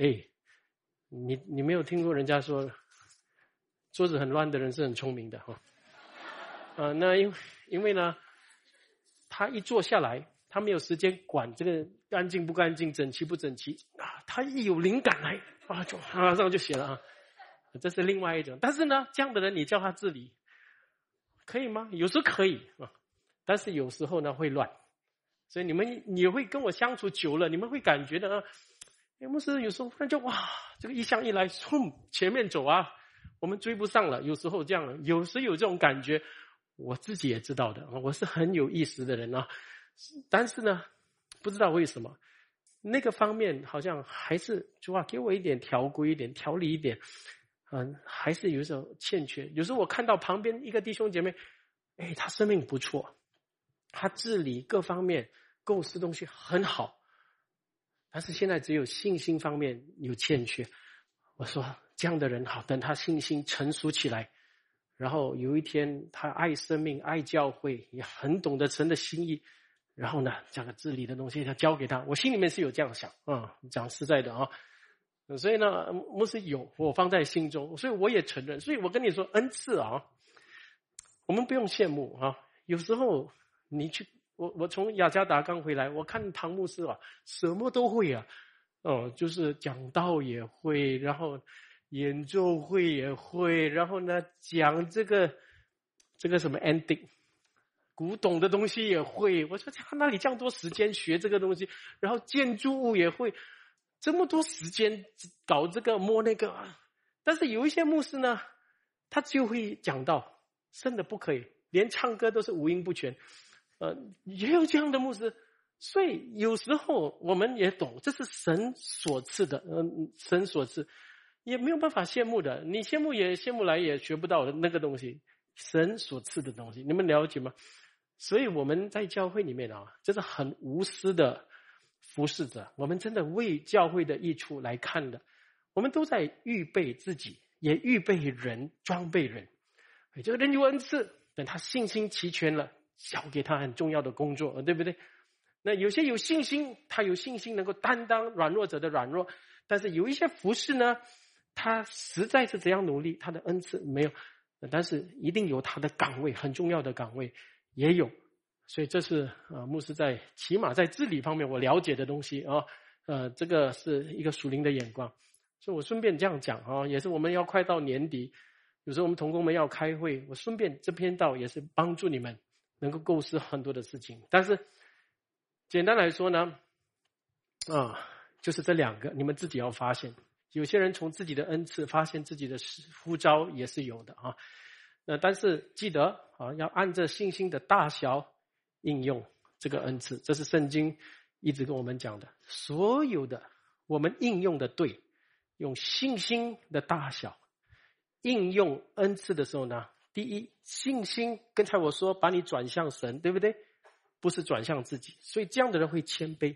你没有听过人家说桌子很乱的人是很聪明的那因为呢他一坐下来，他没有时间管这个干净不干净整齐不整齐他一有灵感来就马上就写了这是另外一种。但是呢这样的人你叫他治理可以吗？有时候可以但是有时候呢会乱。所以你会跟我相处久了，你们会感觉的牧师有时候忽然就这个一向一来前面走我们追不上了，有时候这样，有时有这种感觉，我自己也知道的我是很有意识的人但是呢不知道为什么那个方面好像还是主给我一点条规一点条理一点还是有时候欠缺。有时候我看到旁边一个弟兄姐妹他生命不错，他治理各方面构思东西很好，但是现在只有信心方面有欠缺。我说这样的人好，等他信心成熟起来，然后有一天他爱生命爱教会，也很懂得神的心意，然后呢这个治理的东西他交给他，我心里面是有这样想讲实在的所以呢，牧师我放在心中，所以我也承认。所以我跟你说，恩赐啊，我们不用羡慕啊。有时候你去，我从雅加达刚回来，我看唐牧师啊，什么都会啊，就是讲道也会，然后演奏会也会，然后呢讲这个什么 ending。古董的东西也会，我说他哪里这样多时间学这个东西？然后建筑物也会，这么多时间搞这个摸那个。但是有一些牧师呢，他就会讲到，真的不可以，连唱歌都是五音不全。也有这样的牧师，所以有时候我们也懂，这是神所赐的，神所赐，也没有办法羡慕的。你羡慕也羡慕来也学不到的那个东西，神所赐的东西，你们了解吗？所以我们在教会里面啊，这是很无私的服侍者，我们真的为教会的益处来看的。我们都在预备自己，也预备人，装备人。这个人有恩赐，等他信心齐全了，交给他很重要的工作，对不对？那有些有信心，他有信心能够担当软弱者的软弱，但是有一些服侍呢，他实在是怎样努力，他的恩赐没有，但是一定有他的岗位，很重要的岗位也有。所以这是牧师在起码在治理方面我了解的东西啊，这个是一个属灵的眼光。所以我顺便这样讲啊，也是我们要快到年底，有时候我们同工们要开会，我顺便这篇道也是帮助你们能够构思很多的事情。但是简单来说呢，就是这两个，你们自己要发现。有些人从自己的恩赐发现自己的呼召也是有的啊。但是记得啊，要按着信心的大小应用这个恩赐，这是圣经一直跟我们讲的。所有的我们应用的对，用信心的大小应用恩赐的时候呢，第一，信心刚才我说把你转向神，对不对？不是转向自己，所以这样的人会谦卑，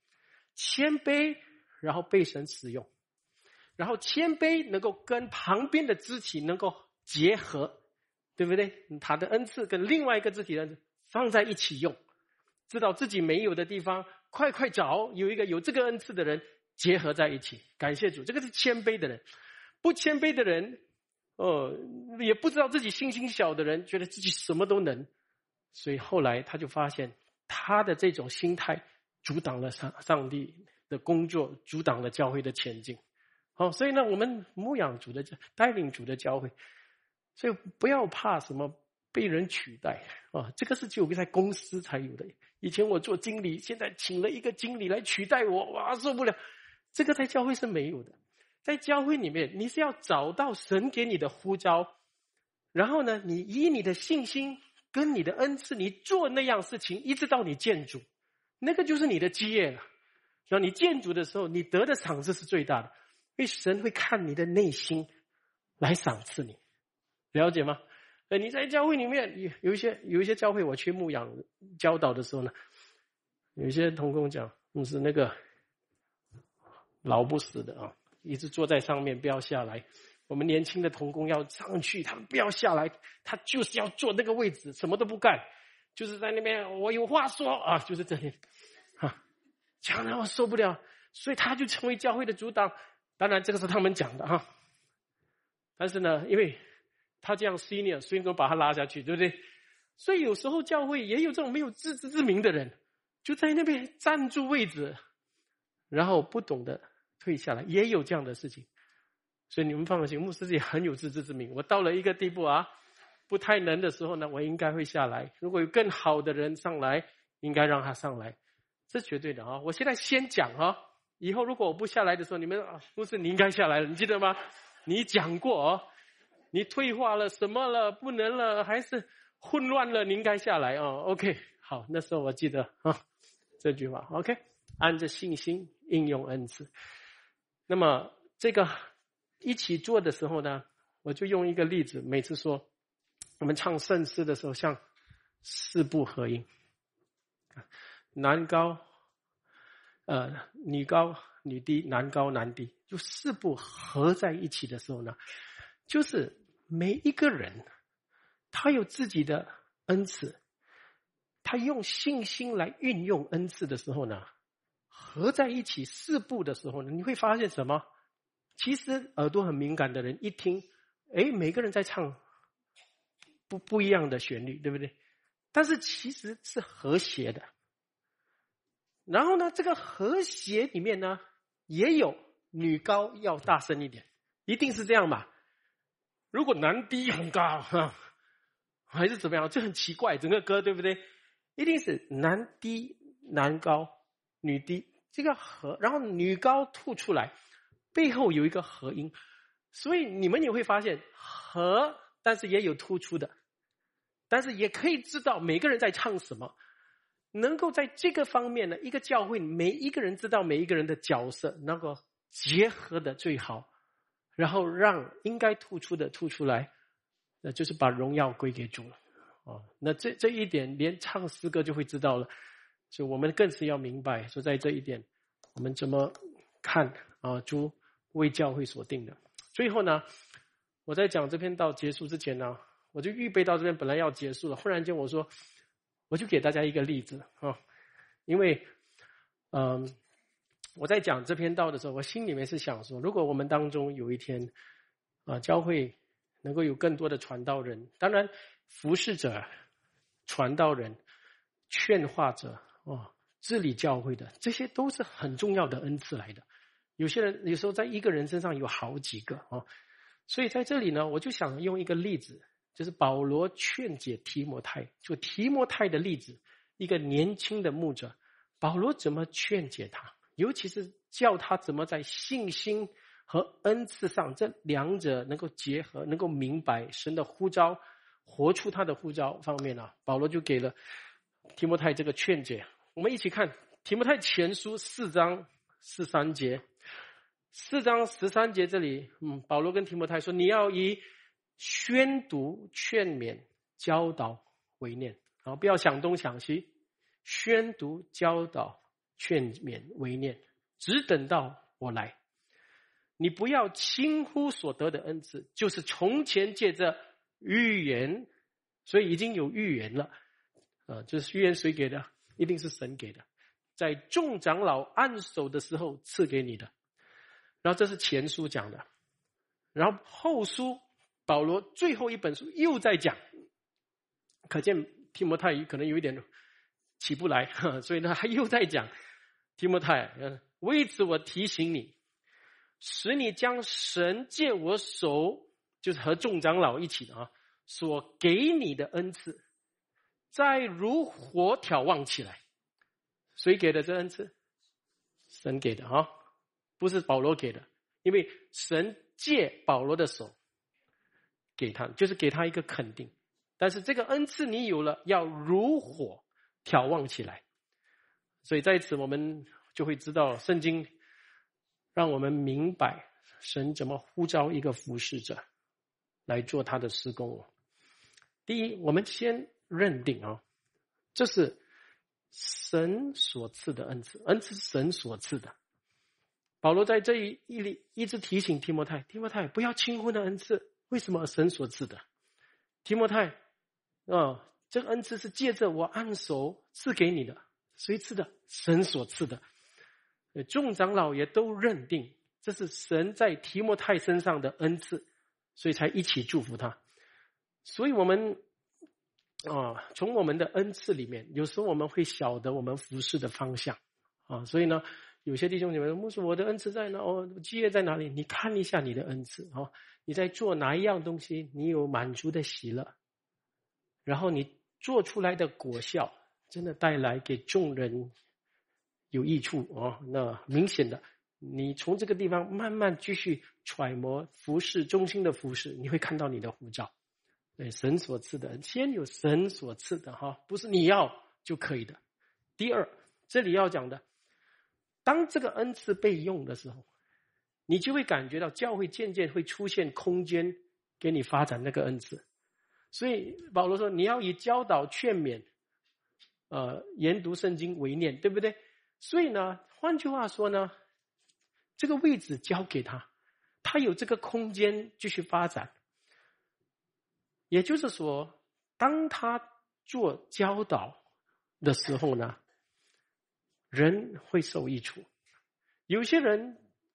然后被神使用，然后谦卑能够跟旁边的肢体能够结合，对不对？他的恩赐跟另外一个肢体的放在一起用，知道自己没有的地方，快找有一个有这个恩赐的人结合在一起。感谢主，这个是谦卑的人。不谦卑的人，也不知道自己信心小的人，觉得自己什么都能，所以后来他就发现他的这种心态阻挡了上帝的工作，阻挡了教会的前进。所以呢，我们牧养主的带领主的教会，所以不要怕什么被人取代啊，这个是只有在公司才有的。以前我做经理，现在请了一个经理来取代我，哇，受不了。这个在教会是没有的。在教会里面，你是要找到神给你的呼召，然后呢，你以你的信心跟你的恩赐，你做那样事情，一直到你见主，那个就是你的基业了。然后你见主的时候，你得的赏赐是最大的，因为神会看你的内心来赏赐你，了解吗？你在教会里面有一些教会，我去牧养教导的时候呢，有一些同工讲，是那个老不死的啊，一直坐在上面不要下来。我们年轻的同工要上去，他们不要下来，他就是要坐那个位置，什么都不干，就是在那边我有话说啊，就是这里啊，讲得我受不了，所以他就成为教会的主党。当然这个是他们讲的哈，但是呢，因为他这样 senior， 所以都把他拉下去，对不对？所以有时候教会也有这种没有自知之明的人，就在那边站住位置，然后不懂得退下来，也有这样的事情。所以你们放心，牧师也很有自知之明。我到了一个地步啊，不太能的时候呢，我应该会下来。如果有更好的人上来，应该让他上来，这绝对的啊！我现在先讲啊，以后如果我不下来的时候，你们牧师你应该下来了，你记得吗？你讲过哦，你退化了什么了，不能了，还是混乱了，你应该下来哦。OK， 好，那时候我记得啊这句话。OK， 按着信心应用恩赐。那么这个一起做的时候呢，我就用一个例子，每次说我们唱圣诗的时候，像四部合音，男高女高女低，男高男低，就四部合在一起的时候呢，就是每一个人他有自己的恩赐，他用信心来运用恩赐的时候呢，合在一起四部的时候呢，你会发现什么？ 其实耳朵很敏感的人一听，每个人在唱不一样的旋律，对不对？但是其实是和谐的。然后呢，这个和谐里面呢，也有女高要大声一点，一定是这样嘛？如果男低很高还是怎么样，这很奇怪，整个歌对不对？一定是男低男高女低，这个和，然后女高吐出来，背后有一个和音，所以你们也会发现和，但是也有突出的，但是也可以知道每个人在唱什么。能够在这个方面呢，一个教会每一个人知道每一个人的角色，能够结合的最好，然后让应该突出的突出来，那就是把荣耀归给主了。那这一点连唱诗歌就会知道了，所以我们更是要明白说，在这一点我们怎么看主为教会所定的。最后呢，我在讲这篇道结束之前呢，我就预备到这边本来要结束了，忽然间我说我就给大家一个例子因为我在讲这篇道的时候，我心里面是想说，如果我们当中有一天教会能够有更多的传道人，当然服侍者、传道人、劝化者治理教会的，这些都是很重要的恩赐来的。有些人有时候在一个人身上有好几个所以在这里呢，我就想用一个例子，就是保罗劝解提摩太，就提摩太的例子，一个年轻的牧者，保罗怎么劝解他，尤其是叫他怎么在信心和恩赐上这两者能够结合，能够明白神的呼召，活出他的呼召方面保罗就给了提摩太这个劝解。我们一起看提摩太前书4章13节，4章13节这里保罗跟提摩太说，你要以宣读、劝勉、教导为念，不要想东想西，宣读、教导、劝勉为念，只等到我来。你不要轻忽所得的恩赐，就是从前借着预言，所以已经有预言了就是预言谁给的？一定是神给的，在众长老按手的时候赐给你的。然后这是前书讲的，然后后书保罗最后一本书又在讲，可见提摩太可能有一点起不来所以呢他又在讲提摩太，为此我提醒你，使你将神借我手，就是和众长老一起的所给你的恩赐再如火挑旺起来。谁给的这恩赐？神给的不是保罗给的，因为神借保罗的手给他，就是给他一个肯定。但是这个恩赐你有了，要如火挑旺起来。所以在此我们就会知道，圣经让我们明白神怎么呼召一个服侍者来做他的事工。第一，我们先认定这是神所赐的恩赐，恩赐是神所赐的。保罗在这一直提醒提摩太，提摩太不要轻忽的恩赐，为什么神所赐的？提摩太这个恩赐是借着我按手赐给你的，谁赐的？神所赐的。众长老也都认定这是神在提摩太身上的恩赐，所以才一起祝福他。所以我们从我们的恩赐里面，有时候我们会晓得我们服侍的方向所以呢，有些弟兄姐妹说，牧师我的恩赐在哪？基业在哪里？你看一下你的恩赐你在做哪一样东西，你有满足的喜乐，然后你做出来的果效真的带来给众人有益处那明显的，你从这个地方慢慢继续揣摩服侍，忠心的服侍，你会看到你的呼召。对，神所赐的，先有神所赐的不是你要就可以的。第二，这里要讲的，当这个恩赐被用的时候，你就会感觉到教会渐渐会出现空间给你发展那个恩赐。所以保罗说，你要以教导、劝勉研读圣经为念，对不对？所以呢，换句话说呢，这个位置交给他，他有这个空间继续发展。也就是说，当他做教导的时候呢，人会受益处。有些人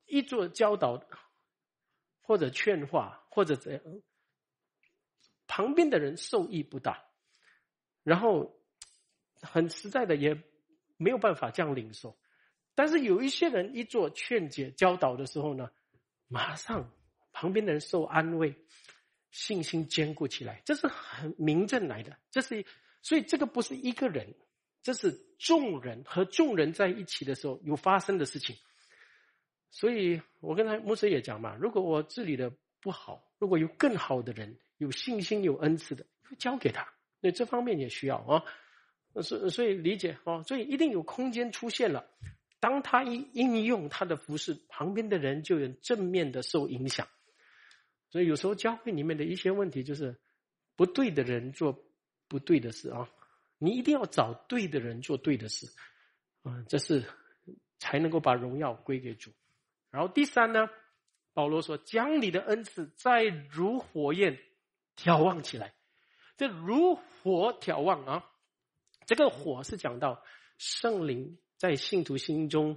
一做教导或者劝化或者怎样，旁边的人受益不大，然后很实在的也没有办法这样领受。但是有一些人一做劝解教导的时候呢，马上旁边的人受安慰，信心坚固起来，这是很明证来的。所以这个不是一个人，这是众人和众人在一起的时候有发生的事情。所以我跟牧师也讲嘛，如果我治理的不好，如果有更好的人，有信心有恩赐的，就交给他，所以这方面也需要啊。所以理解啊，所以一定有空间出现了。当他一应用他的服事，旁边的人就有正面的受影响。所以有时候教会里面的一些问题就是不对的人做不对的事啊，你一定要找对的人做对的事啊，这是才能够把荣耀归给主。然后第三呢，保罗说将你的恩赐再如火焰挑旺起来。这如火挑旺啊，这个火是讲到圣灵在信徒心中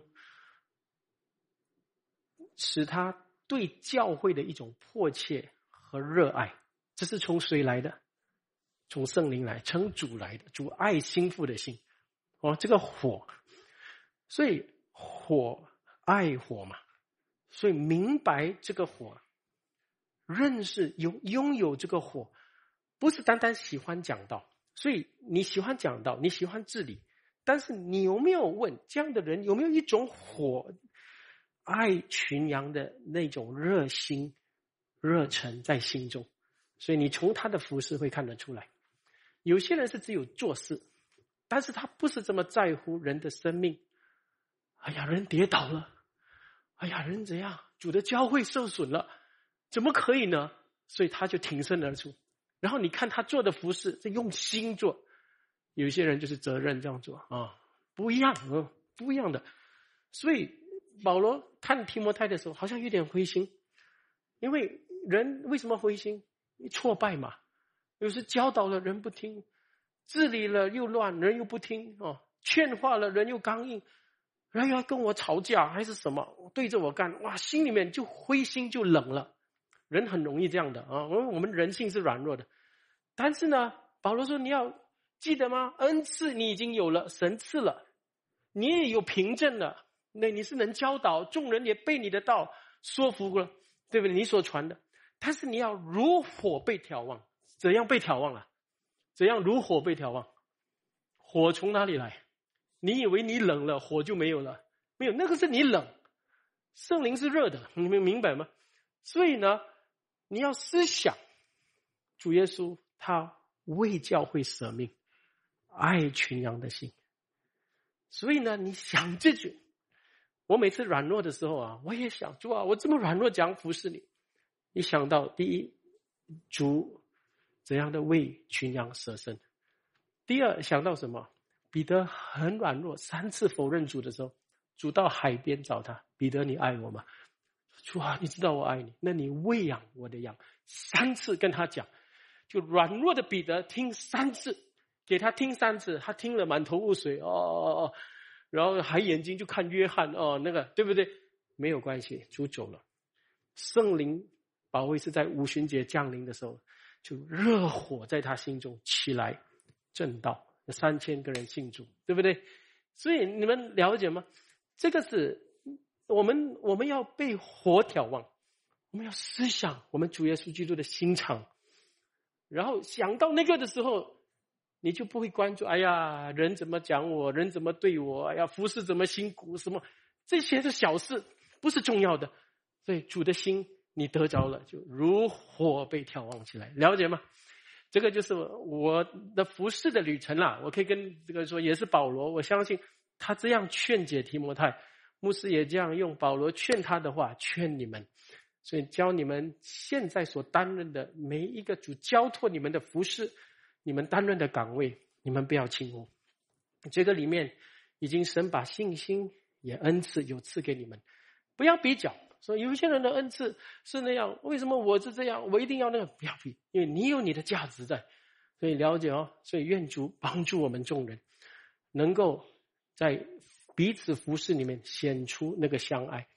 使他对教会的一种迫切和热爱。这是从谁来的？从圣灵来，从主来的，主爱心腹的心这个火，所以火爱火嘛，所以明白这个火，认识拥有这个火，不是单单喜欢讲道。所以你喜欢讲道，你喜欢治理，但是你有没有问这样的人有没有一种火爱群羊的那种热心热忱在心中？所以你从他的服事会看得出来。有些人是只有做事，但是他不是这么在乎人的生命。哎呀，人跌倒了，哎呀，人怎样，主的教会受损了，怎么可以呢？所以他就挺身而出。然后你看他做的服事是用心做，有些人就是责任这样做啊，不一样不一样的。所以保罗看提摩太的时候好像有点灰心，因为人为什么灰心？挫败嘛，有时教导了人不听，治理了又乱，人又不听劝化了人又刚硬，然后要跟我吵架还是什么，对着我干，哇，心里面就灰心就冷了。人很容易这样的啊，我们人性是软弱的。但是呢，保罗说你要记得吗？恩赐你已经有了，神赐了，你也有凭证了，那你是能教导，众人也被你的道说服了，对不对？你所传的。但是你要如火被挑旺。怎样被挑旺了？怎样如火被挑旺？火从哪里来？你以为你冷了，火就没有了？没有，那个是你冷，圣灵是热的，你们明白吗？所以呢，你要思想主耶稣他为教会舍命，爱群羊的心。所以呢，你想这句，我每次软弱的时候啊，我也想主啊，我这么软弱讲服侍你。你想到第一，主怎样的为群羊舍身；第二，想到什么？彼得很软弱，3次否认主的时候，主到海边找他，彼得你爱我吗？主啊，你知道我爱你，那你喂养我的羊。3次跟他讲，就软弱的彼得听3次，给他听3次，他听了满头雾水然后还眼睛就看约翰那个对不对？没有关系，主走了。圣灵保惠是在五旬节降临的时候，就热火在他心中起来正道，3000个人信主，对不对？所以你们了解吗？这个是我们要被火挑旺，我们要思想我们主耶稣基督的心肠，然后想到那个的时候，你就不会关注哎呀人怎么讲我，人怎么对我，哎呀服侍怎么辛苦，什么这些是小事，不是重要的。所以主的心你得着了，就如火被挑旺起来，了解吗？这个就是我的服侍的旅程啦。我可以跟这个说，也是保罗，我相信他这样劝解提摩太，牧师也这样用保罗劝他的话劝你们。所以教你们现在所担任的每一个主交托你们的服侍，你们担任的岗位，你们不要轻忽。这个里面已经神把信心也恩赐有赐给你们，不要比较。说有些人的恩赐是那样，为什么我是这样，我一定要那个？不要比，因为你有你的价值在。所以了解所以愿主帮助我们众人能够在彼此服侍里面显出那个相爱。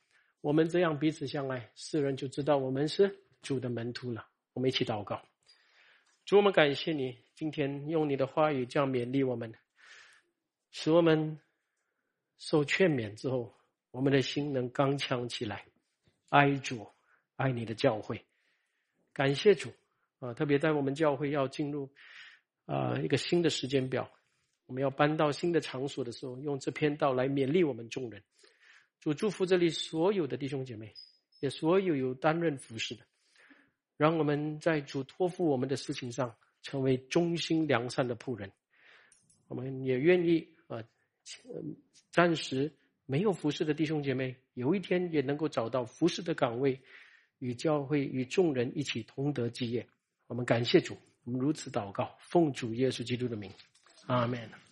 我们这样彼此相爱，世人就知道我们是主的门徒了。我们一起祷告。主，我们感谢你，今天用你的话语这样勉励我们，使我们受劝勉之后，我们的心能刚强起来，爱主，爱你的教会。感谢主特别在我们教会要进入一个新的时间表，我们要搬到新的场所的时候，用这篇道来勉励我们众人。主祝福这里所有的弟兄姐妹，也所有有担任服事的，让我们在主托付我们的事情上成为忠心良善的仆人。我们也愿意暂时没有服事的弟兄姐妹，有一天也能够找到服事的岗位，与教会与众人一起同得基业。我们感谢主，我们如此祷告，奉主耶稣基督的名，阿们。